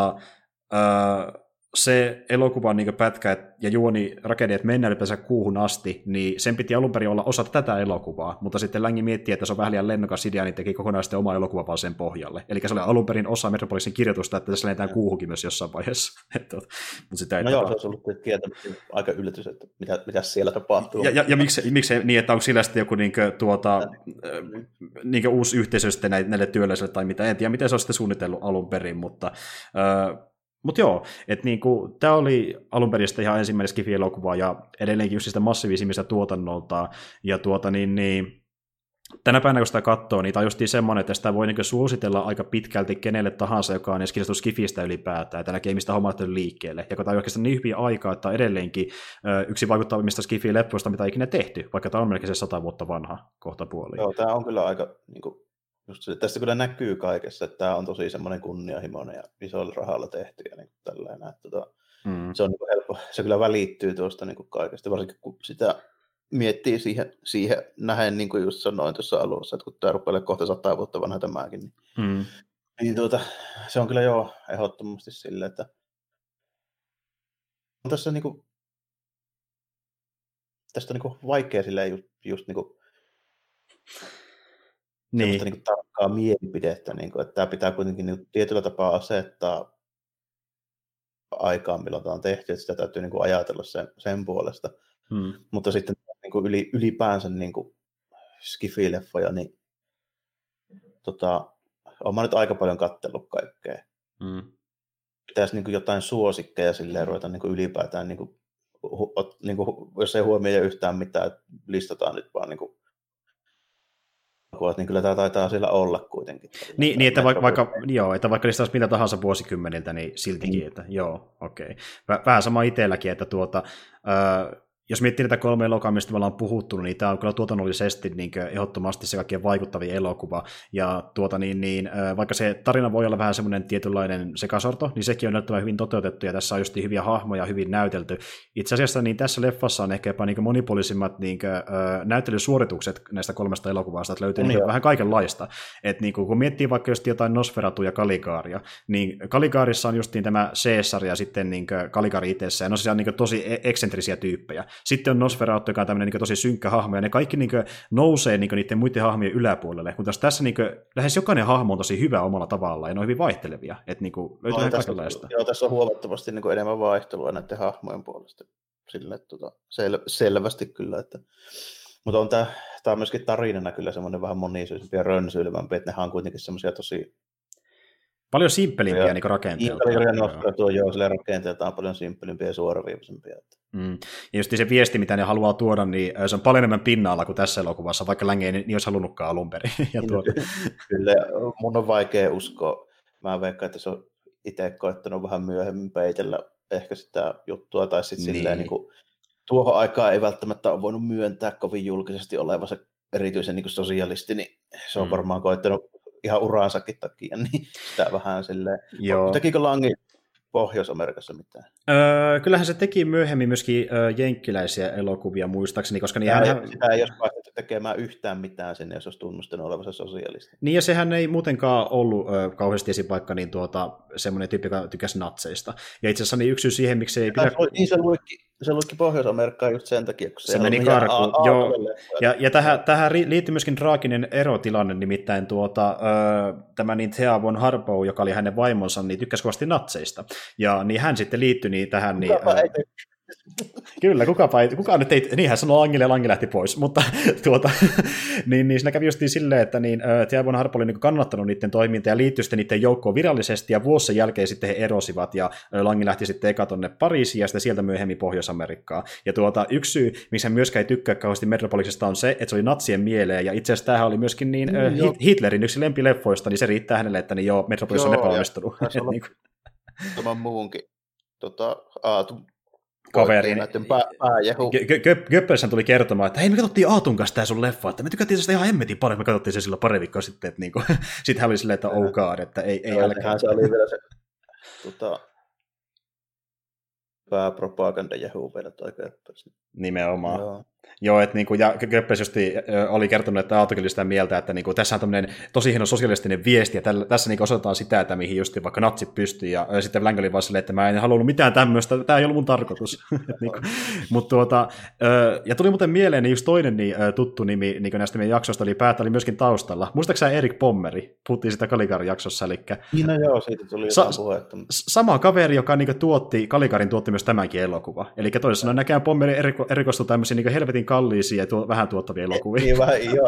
se elokuvan niin pätkä ja juoni rakenne, että mennään ylipäänsä kuuhun asti, niin sen piti alun perin olla osa tätä elokuvaa, mutta sitten Längi miettii, että se on vähän liian lennokas idea, niin teki kokonaan sitten oma elokuva vaan sen pohjalle. Eli se oli alun perin osa Metropolisin kirjoitusta, että tässä lennetään kuuhunkin myös jossain vaiheessa. Mutta sitä ei no joo, se olisi ollut tietämättä aika yllätys, että mitä siellä tapahtuu. Ja miksi niin, että onko sillä sitten joku uusi yhteisö sitten näille työläisille tai mitä, en tiedä, miten se on sitten suunnitellut alun perin, mutta joo, että niinku, tämä oli alun perin ihan ensimmäinen Skifi-elokuva ja edelleenkin just sitä massiivisimmista tuotannolta, ja tänä päivänä, kun sitä katsoo, niin tämä on justiin semmoinen, että sitä voi niin suositella aika pitkälti kenelle tahansa, joka on edes kiinnostunut Skifistä ylipäätään, että näkee, mistä hommat on liikkeelle. Ja kun tämä on oikeastaan niin hyvin aikaa, että on edelleenkin yksi vaikuttavimmista Skifi-leppoista, mitä on ikinä tehty, vaikka tämä on melkein se 100 vuotta vanha kohtapuoli. Joo, tämä on kyllä aika, niin kuin, just se, tästä kyllä näkyy kaikessa, että tämä on tosi semmoinen kunnianhimoinen ja isolla rahalla tehty ja niin tällainen. Se on niin kuin helppo, se kyllä välittyy tuosta niin kuin kaikesta, varsinkin kun sitä miettii siihen nähen, niin kuin just sanoin tuossa alussa, että kun tämä rupeaa kohta 100 vuotta vanha tämäkin, niin se on kyllä joo ehdottomasti silleen, että on tässä niin kuin, tästä on niin kuin vaikea silleen just niin kuin, semmoista niin kuin tarkkaa mielipidettä, niin kuin, että tämä pitää kuitenkin niin kuin tietyllä tapaa asettaa aikaan, milloin tämä on tehty, että sitä täytyy niin kuin ajatella sen puolesta. Mutta sitten niin kuin ylipäänsä niin kuin Skifi-leffoja, niin olen nyt aika paljon katsellut kaikkea. Pitäisi niin kuin jotain suosikkeja silleen ruveta niin kuin ylipäätään, niin kuin, jos ei huomioi yhtään mitään, listataan nyt vaan niin kuin, niin kyllä tämä taitaa siellä olla kuitenkin. Niin että vaikka listaisi mitä tahansa vuosikymmeniltä, niin siltikin, että joo, okei. Vähän sama itselläkin, että jos miettii näitä 3 elokuvaa, mistä me ollaan puhuttu, niin tämä on kyllä tuotannollisesti niin ehdottomasti se kaikkein vaikuttavin elokuva. Ja vaikka se tarina voi olla vähän semmoinen tietynlainen sekasorto, niin sekin on näyttävän hyvin toteutettu, ja tässä on just hyviä hahmoja, hyvin näytelty. Itse asiassa niin tässä leffassa on ehkä jopa niin monipuolisimmat niin näyttelysuoritukset näistä 3 elokuvasta, että löytyy niin vähän kaikenlaista. Et niin kun miettii vaikka just jotain Nosferatu ja Caligaaria, niin Caligaarissa on justiin tämä Caesar ja sitten niin Caligari itsessään, no se on niin tosi eksentrisiä tyyppejä. Sitten on Nosferatu, joka on tämmöinen niin tosi synkkä hahmo, ja ne kaikki niin nousee niin niiden muiden hahmojen yläpuolelle, kun tässä niin lähes jokainen hahmo on tosi hyvä omalla tavallaan, ja ne on hyvin vaihtelevia, että niin löytyy vähän kaikenlaista. Joo, tässä on huomattavasti niin enemmän vaihtelua näiden hahmojen puolesta, sille, selvästi kyllä, mutta on tämä on myöskin tarinana kyllä semmoinen vähän monisyisempi ja rönsyilevämpi, että nehän on kuitenkin semmoisia tosi paljon simppelimpiä niin rakenteelta. Joo, sille rakenteelta on paljon simppelimpiä ja suoraviivaisempia. Ja just se viesti, mitä ne haluaa tuoda, niin se on paljon enemmän pinnalla kuin tässä elokuvassa, vaikka Lange ei niin olisi halunnutkaan alun perin. Kyllä, mun on vaikea uskoa. Mä veikkaan, että se on itse koettanut vähän myöhemmin peitellä ehkä sitä juttua, tai sitten silleen niin kuin, tuohon aikaan ei välttämättä ole voinut myöntää kovin julkisesti olevansa erityisen niin kuin sosialisti, niin se on varmaan koettanut ihan uransakin takia, niin sitä vähän silleen. Tekikö Lange Pohjois-Amerikassa mitään? Kyllähän se teki myöhemmin myöskin jenkkiläisiä elokuvia muistaakseni, koska sitä ei olisi päästetty tekemään yhtään mitään sinne, jos olisi tunnustanut olevansa sosialisti. Niin, ja sehän ei muutenkaan ollut kauheasti esim. Vaikka semmoinen tyyppi, joka tykäsi natseista. Ja itse asiassa niin yksi syy siihen, miksi ei pidä... Niin se luikki Pohjois-Amerikkaan just sen takia, kun se meni karkuun. Ja tähän liittyy myöskin traaginen erotilanne, nimittäin tämä niin Thea von Harbour, joka oli hänen vaimonsa, niin tykkäsi kovasti natseista. Ja niin hän sitten liittyi tähän... Kyllä, kukaan nyt ei, niinhän sanoi Langille ja Lange lähti pois, mutta niin siinä kävi justiin silleen, että Thea von Harbour oli niin kannattanut niiden toimintaa ja liittyi sitten niiden joukkoon virallisesti, ja vuosien jälkeen sitten he erosivat, ja Lange lähti sitten eka tonne Pariisiin, ja sitten sieltä myöhemmin Pohjois-Amerikkaan. Ja yksi syy, miksi hän myöskään ei tykkää kauheasti Metropoliksesta, on se, että se oli natsien mieleen, ja itse asiassa tämähän oli myöskin Hitlerin yksi lempileffoista, niin se riittää hänelle, että Metropolis on epäonnistunut. Tämän muunkin kaverin. Goebbelshän tuli kertomaan, että hei, me katsottiin Aatun kanssa tää sun leffa, että me tykättiin sitä ihan hemmetin paljon, me katsottiin se silloin pari viikkoa sitten, että niinku, sitten hän oli silleen, että oh god, että ei älkää. Se oli vielä se pääpropaganda Jehu vielä toi Goebbels. Nimenomaan. Joo, että niinku, ja Goebbels justi oli kertonut, että Aaltokin oli sitä mieltä, että niinku, tässä on tämmöinen tosi hieno sosialistinen viesti, ja tässä niinku osoitetaan sitä, että mihin justi vaikka natsit pystyy, ja sitten Lange oli vaan silleen, että mä en halunnut mitään tämmöistä, tämä ei ollut mun tarkoitus. Niinku, ja tuli muuten mieleen niin just toinen tuttu nimi niin näistä meidän jaksoista, oli oli myöskin taustalla. Muistaakseni Erik Pommeri? Puhuttiin sitä Caligarin jaksossa, eli... Niin, joo, siitä tuli jotain puhetta. Sama kaveri, joka niinku Caligarin tuotti myös tämänkin elokuva. Eli toisin sanoen näkään Pommeri erikoistui tämmöisiin niinku helvetin kalliisia ja vähän tuottavia elokuvia. Niin vähän, joo.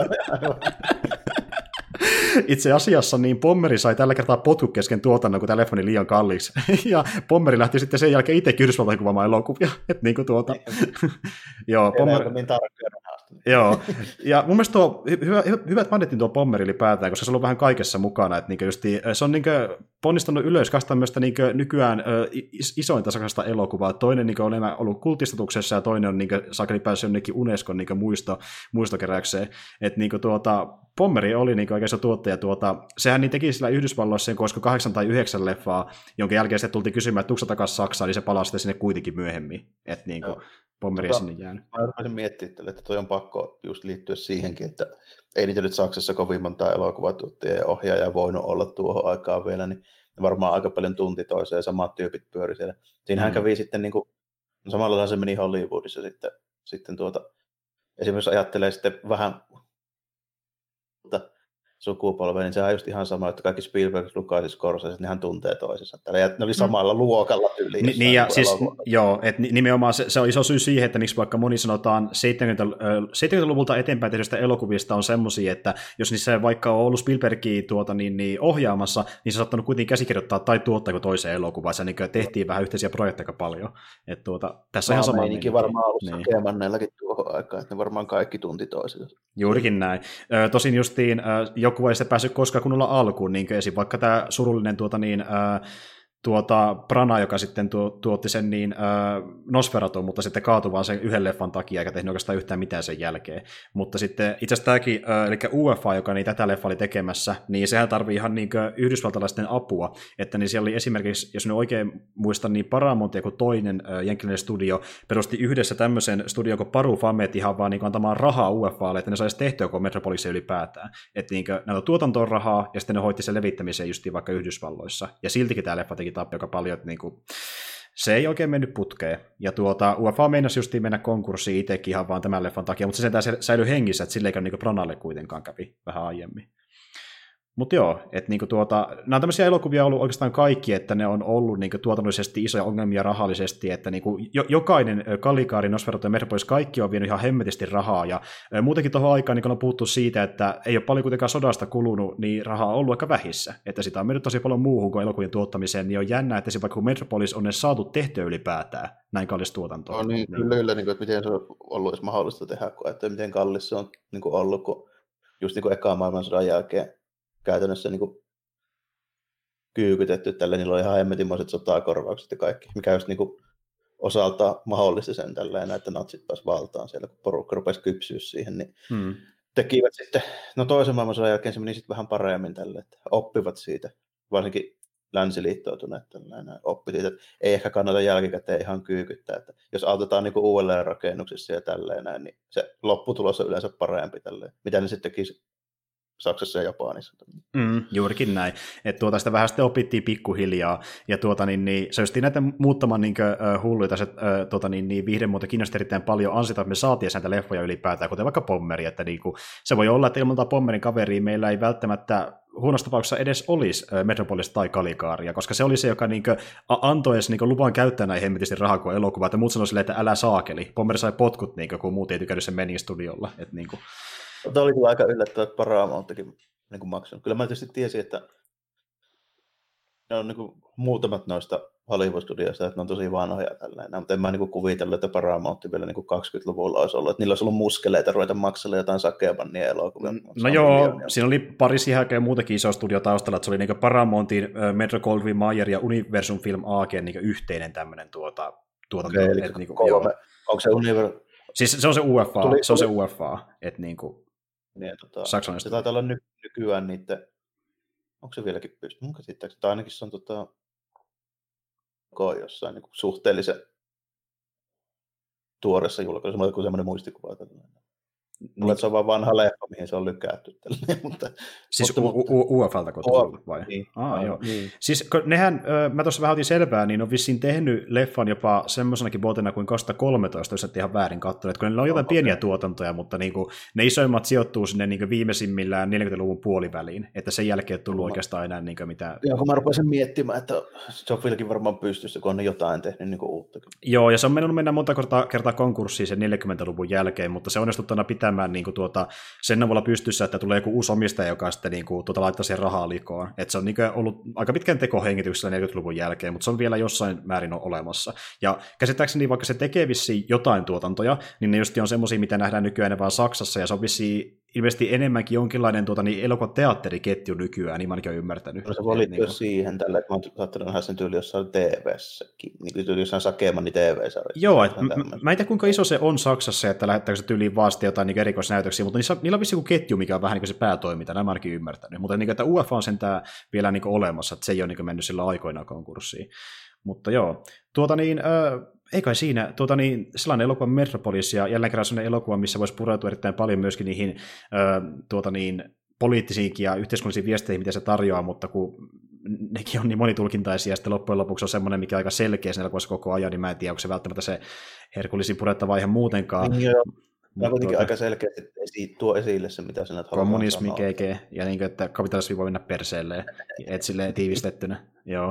Itse asiassa niin Pommeri sai tällä kertaa potku kesken tuotannon, kun tämä leffa oli liian kalliiksi. Ja Pommeri lähti sitten sen jälkeen itse Yhdysvaltoihin kuvaamaan elokuvia. Että joo, Pommeri... niin tarkkoja rahasta. parasta. Joo, ja mun mielestä tuo, hyvä, että mainittiin tuo Pommeri ylipäätään, koska se on ollut vähän kaikessa mukana, että se on ponnistanut ylös, kastaa myös nykyään isointa sakasta elokuvaa. Toinen on ollut kultistatuksessa ja toinen on saakeli päässyt jonnekin Unescon muistokeräykseen. Että Pommeri oli oikein se tuottaja. Sehän niin teki sillä Yhdysvalloissa koska 8 tai 9 leffaa, jonka jälkeen sitten tultiin kysymään, että tuliko takaisin Saksaan, niin se palasi sitten sinne kuitenkin myöhemmin. Että Pommeri sinne jäänyt. Mä yritin miettiä, että toi on pakko just liittyä siihenkin, että ei niitä nyt Saksassa kovin montaa elokuvatuottajia ja ohjaajaa voinut olla tuohon aikaan vielä, niin varmaan aika paljon tunti toiseen samat tyypit pyöri siellä. Siinähän kävi sitten samalla se meni Hollywoodissa sitten esimerkiksi ajattelee sitten vähän sukupolvea, niin sehän on just ihan sama, että kaikki Spielberg, Lucas, Scorsese, nehän tuntee toisensa. Ne oli samalla luokalla yli. Niin ja siis, joo, että nimenomaan se on iso syy siihen, että miksi vaikka moni sanotaan 70-luvulta eteenpäin tehdyistä elokuvista on semmoisia, että jos niissä vaikka on ollut Spielbergia ohjaamassa, niin se on saattanut kuitenkin käsikirjoittaa tai tuottaa kuin toiseen elokuvaan. Se tehtiin vähän yhteisiä projekteja paljon. Että tässä on ihan sama. Meininki varmaan ollut Sakemanneillakin tuohon aikaan, että ne varmaan kaikki tunti toisensa. Juurikin näin. Tosin justiin joku ei se päässyt koskaan kunnolla alkuun, niin esim. Vaikka tämä surullinen Prana, joka sitten tuotti sen Nosferatu, mutta sitten kaatui vaan sen yhden leffan takia, eikä tehnyt oikeastaan yhtään mitään sen jälkeen. Mutta sitten itse asiassa tämäkin, eli UFA, joka niin tätä leffa oli tekemässä, niin sehän tarvii ihan yhdysvaltalaisten apua, että niin siellä oli esimerkiksi, jos ne oikein muistan, niin Paramount ja toinen jenkkiläinen studio perusti yhdessä tämmöisen studion kuin Paru Famet ihan vaan antamaan rahaa UFAlle, että ne saisi tehtyä joko Metropolisen ylipäätään. Että näitä tuotantoon rahaa, ja sitten ne hoitti sen levittämiseen justiin vaikka Yhdysvalloissa. Ja siltikin tämä leffa teki aika paljon, että se ei oikein mennyt putkeen. Ja UFA meinasi justiin mennä konkurssiin itsekin ihan vaan tämän leffan takia, mutta se sentään säilyi hengissä, että sille ei Branalle kuitenkaan kävi vähän aiemmin. Mutta joo, että nämä on tämmöisiä elokuvia ollut oikeastaan kaikki, että ne on ollut tuotannollisesti isoja ongelmia rahallisesti, että jokainen Kalikaari, Nosferatu ja Metropolis, kaikki on vienyt ihan hemmetisti rahaa, ja muutenkin tuohon aikaan on puhuttu siitä, että ei ole paljon kuitenkaan sodasta kulunut, niin rahaa on ollut aika vähissä, että sitä on mennyt tosi paljon muuhun kuin elokuvien tuottamiseen, niin on jännä, että vaikka kun Metropolis on ne saatu tehtyä ylipäätään, näin kallis tuotanto. No niin, kyllä, että miten se on ollut edes mahdollista tehdä, että miten kallis se on ollut, kun just ekaan maailmansodan jälkeen käytännössä kyykytetty tällä, niillä oli ihan hemmetinmoiset sotakorvaukset ja kaikki, mikä just osaltaan mahdollisesti sen tälleen, että natsit pääsi valtaan siellä, kun porukka rupesi kypsyä siihen, niin tekivät sitten, toisen maailmansodan jälkeen se meni sitten vähän paremmin tälle, että oppivat siitä, varsinkin länsiliittoutuneet tällainen, oppi siitä, että ei ehkä kannata jälkikäteen ihan kyykyttää, että jos autetaan uudelleen rakennuksissa ja tälleen näin, niin se lopputulos on yleensä parempi tälleen, mitä ne sitten tekisi Saksassa ja Japanissa. Juurikin näin. Että sitä vähän sitten opittiin pikkuhiljaa, ja se just näitä muuttamaan hulluita, se viihdemuoto kiinnosti erittäin paljon ansita, että me saatiin näitä leffoja ylipäätään, kuten vaikka Pommeri, että se voi olla, että ilman Pommerin kaveria meillä ei välttämättä huonossa tapauksessa edes olisi Metropolis tai Kalikaaria, koska se oli se, joka antoi edes luvan käyttää näin hemmetisti rahaa kuin elokuva, että muut sanoi silleen, että älä saakeli. Pommeri sai potkut, kun muut ei tykännyt sen menin studiolla. Tämä oli kyllä aika yllättävää, että Paramountkin maksanut. Kyllä mä tietysti tiesin, että ne on muutamat noista Hollywood-studioista, että ne on tosi vanhoja tällainen, mutta en mä kuvitellut, että Paramount vielä 20-luvulla olisi ollut, että niillä olisi ollut muskeleita ruveta maksella jotain Sakemannia elokuvia. No joo, siinä oli pari siihen ja muutakin iso studio taustalla, että se oli Paramountin, Metro-Goldwyn-Mayer ja Universum Film AG yhteinen tämmmoinen tuotanto. Okay, eli onko se Universum? Siis se on se UFA, se on se UFA, että saksalainen. Se taitaa olla nykyään niiden, onko se vieläkin pystynyt? Mun käsittääkseni, tai ainakin se on jossain suhteellisen tuoreessa julkaisussa, kuin semmoinen muistikuva. Mulle se on vaan vanha leffa, mihin se on lykätty. Mutta, siis UFLtä tullut vai? Niin. Joo. Niin. Siis nehän, mä tuossa vähän otin selvää, niin on vissiin tehnyt leffan jopa semmoisenakin vuotena kuin 2013, jos et ihan väärin katsoneet, kun ne on jotain pieniä tuotantoja, mutta ne isoimmat sijoittuu sinne viimeisimmillään 40-luvun puoliväliin, että sen jälkeen ei tullut oikeastaan enää mitään. Joo, kun mä rupesin miettimään, että se on vieläkin varmaan pystyssä, kun on jotain tehnyt uutta. Joo, ja se on mennä monta kertaa konkurssiin sen 40-luvun jälkeen, mutta se onnistuttu pitää pitämään niin kuin, sen avulla pystyssä, että tulee joku uusi omistaja, joka sitten niin kuin, laittaa siihen rahaa likoon. Et se on niin kuin, ollut aika pitkän tekohengityksellä 40-luvun jälkeen, mutta se on vielä jossain määrin olemassa. Ja käsittääkseni vaikka se tekee vissiin jotain tuotantoja, niin ne just on semmoisia, mitä nähdään nykyään vaan Saksassa, ja se on vissiin ilmeisesti enemmänkin jonkinlainen elokuvateatteriketju nykyään, niin mä ainakin olen ymmärtänyt. No se voi liittyä siihen tällä, että mä oon saattanut nähdä sen tyyli jossain TV-säkin, niin tyyli jossain Sakemanni TV-sarjassa. Joo, mä en tiedä kuinka iso se on Saksassa, että lähettääkö se tyyliin vaan jotain niin erikoisnäytöksiä, mutta niillä on vissiin ketju, mikä on vähän niin kuin se päätoiminta, nämä ainakin ymmärtänyt. Mutta niin, että UEFA on sentään vielä niin olemassa, että se ei ole niin mennyt sillä aikoinaan konkurssiin. Mutta joo, ei kai siinä, sellainen elokuva Metropolis, ja jälleen kerran sellainen elokuva, missä voisi pureutua erittäin paljon myöskin niihin poliittisiinkin ja yhteiskunnallisiin viesteihin, mitä se tarjoaa, mutta kun nekin on niin monitulkintaisia, ja sitten loppujen lopuksi on semmoinen, mikä on aika selkeä sen elokuvassa koko ajan, niin mä en tiedä, onko se välttämättä se herkullisin purettava ihan muutenkaan. Joo. Tämä on kuitenkin aika selkeästi tuo esille se, mitä sinä haluaa kommunismi, GG, ja niin kuin, että kapitalismi voi mennä perseelleen, et silleen tiivistettynä, joo.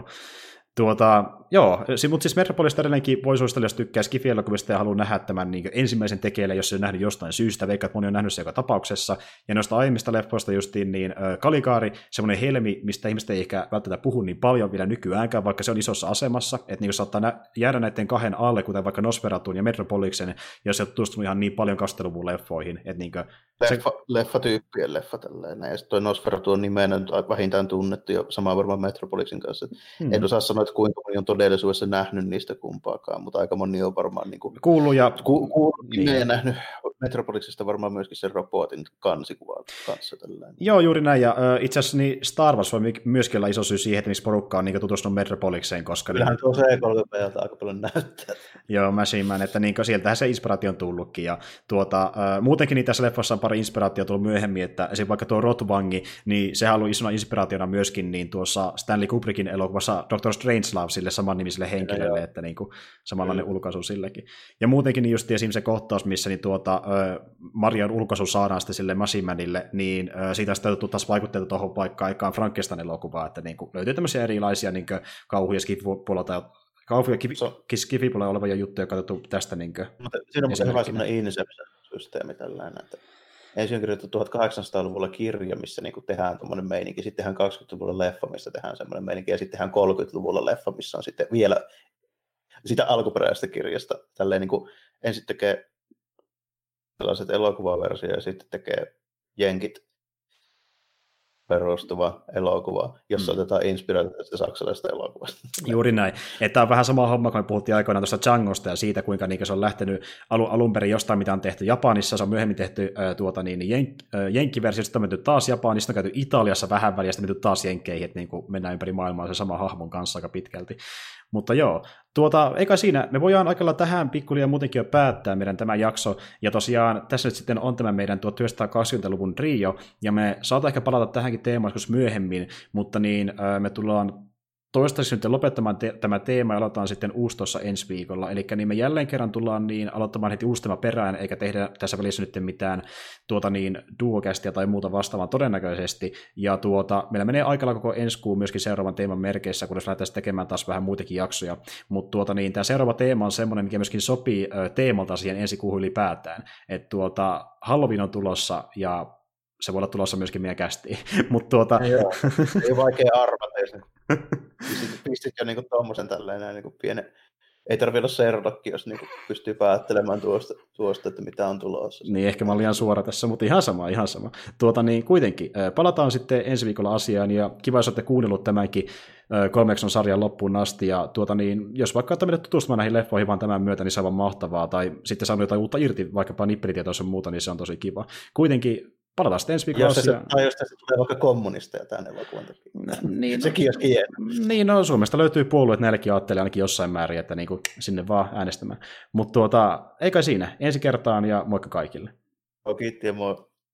Mutta siis Metropolista edelleenkin voi suositella, jos tykkää Skifi-elokuvista ja haluaa nähdä tämän niin ensimmäisen tekeille, jos se on nähnyt jostain syystä, veikkaan, että moni on nähnyt se joka tapauksessa. Ja noista aiemmista leffoista justiin, niin Caligari, semmoinen helmi, mistä ihmiset ei ehkä välttämättä puhu niin paljon vielä nykyäänkään, vaikka se on isossa asemassa, että niin saattaa jäädä näiden kahden alle, kuten vaikka Nosferatun ja Metropoliksen, jos se on tutustunut ihan niin paljon 20-luvun leffoihin. Että niin leffatyyppien leffa tällainen, ja sitten toi Nosferatu on nimenä vähintään tunnettu, ja sama varmaan Metropoliksen kanssa. En osaa sanoa, että kuinka moni on todellisuudessa nähnyt niistä kumpaakaan, mutta aika moni on varmaan niin kuullut ja nähnyt Metropoliksesta varmaan myöskin sen robotin kansikuvan kanssa. Tällainen. Joo, juuri näin, ja itse asiassa niin Star Wars voi myöskin olla iso syy siihen, että miksi porukka on niin tutustunut Metropolikseen, koska kyllähän tuo C3P:ltä aika paljon näyttää. Joo, Machine Man, että niin, sieltähän se inspiraatio on tullutkin, ja muutenkin niin tässä leffassa on pari inspiraatiota tullut myöhemmin, että esimerkiksi vaikka tuo Rotwangi, niin sehän on ollut isona inspiraationa myöskin niin tuossa Stanley Kubrickin elokuvassa Doctor Strangelove sille samannimiselle henkilölle, että niin kuin samanlainen ulkaisu sillekin. Ja muutenkin niin just esimerkiksi se kohtaus, missä niin Marian ulkaisu saadaan sitten sille Machine Manille, niin siitä on sitten taas vaikutteita tuohon vaikka aikaan Frankenstein elokuvaan, että niin kuin löytyy tämmöisiä erilaisia niin kauhu- ja kauhu- ja skifipuolella olevia juttuja katsottu tästä. Niin mutta siinä on hyvä semmoinen Inception-systeemi tällainen, että ensin on kirjoitettu 1800-luvulla kirja, missä niin tehdään tuommoinen meininki, sitten tehdään 20-luvulla leffa, missä tehdään semmoinen meininki, ja sitten tehdään 30-luvulla leffa, missä on sitten vielä sitä alkuperäisestä kirjasta. Tälleen niin kuin ensin tekee tällaiset elokuvaversio ja sitten tekee jenkit perustuva elokuva, jossa otetaan inspiraatiota tästä saksalaisesta elokuvasta. Juuri näin. Tämä on vähän sama homma, kun me puhuttiin aikoinaan tuosta Djangosta ja siitä, kuinka se on lähtenyt alun perin jostain, mitä on tehty Japanissa, se on myöhemmin tehty jenkkiversio, sitten on menty taas Japanissa, on käyty Italiassa vähän väliä, sitten menty taas jenkkeihin, että niin mennään ympäri maailmaa se sama hahmon kanssa aika pitkälti. Mutta joo, eikä siinä, me voidaan aika lailla tähän pikkuliin muutenkin jo päättää meidän tämä jakso, ja tosiaan tässä nyt sitten on tämä meidän 1920-luvun trio, ja me saadaan ehkä palata tähänkin teemaan joskus myöhemmin, mutta niin me tullaan toistaiseksi nyt lopettamaan tämä teema ja aloitetaan sitten uusi tuossa ensi viikolla. Eli niin me jälleen kerran tullaan niin aloittamaan heti uusi teema perään, eikä tehdä tässä välissä nyt mitään duokästiä tai muuta vastaavaa todennäköisesti. Ja meillä menee aikalla koko ensi kuun myöskin seuraavan teeman merkeissä, kunnes lähdetään tekemään taas vähän muitakin jaksoja. Mutta tämä seuraava teema on semmoinen, mikä myöskin sopii teemalta siihen ensi kuuhun ylipäätään. Että Halloween on tulossa ja se voi olla tulossa myöskin meidän kästiin. Ei ole vaikea arvata, jos pistit jo niinku tommosen tällainen niinku pienen. Ei tarvitse olla Sherlock, jos niinku pystyy päättelemään tuosta, että mitä on tulossa. Niin, ehkä mä olin ihan suora tässä, mutta ihan sama. Kuitenkin, palataan sitten ensi viikolla asiaan, ja kiva, jos olette kuunnellut tämänkin 3 sarjan loppuun asti, ja jos vaikka olette meidät tutustumaan näihin leffoihin vaan tämän myötä, niin se on vaan mahtavaa, tai sitten saanut jotain uutta irti, vaikkapa nippelitietoa ja muuta, niin se on tosi kiva. Kuitenkin palataan sitten ensi viikolla asiaan. Tai jos tästä tulee vaikka kommunisteja tämän elokuvan takia. Niin, sekin olisi hieno. Niin, Suomesta löytyy puolueet, näillekin ajattelee ainakin jossain määrin, että niin kuin sinne vaan äänestämään. Mutta ei kai siinä. Ensi kertaan ja moikka kaikille. Kiitti ja moi.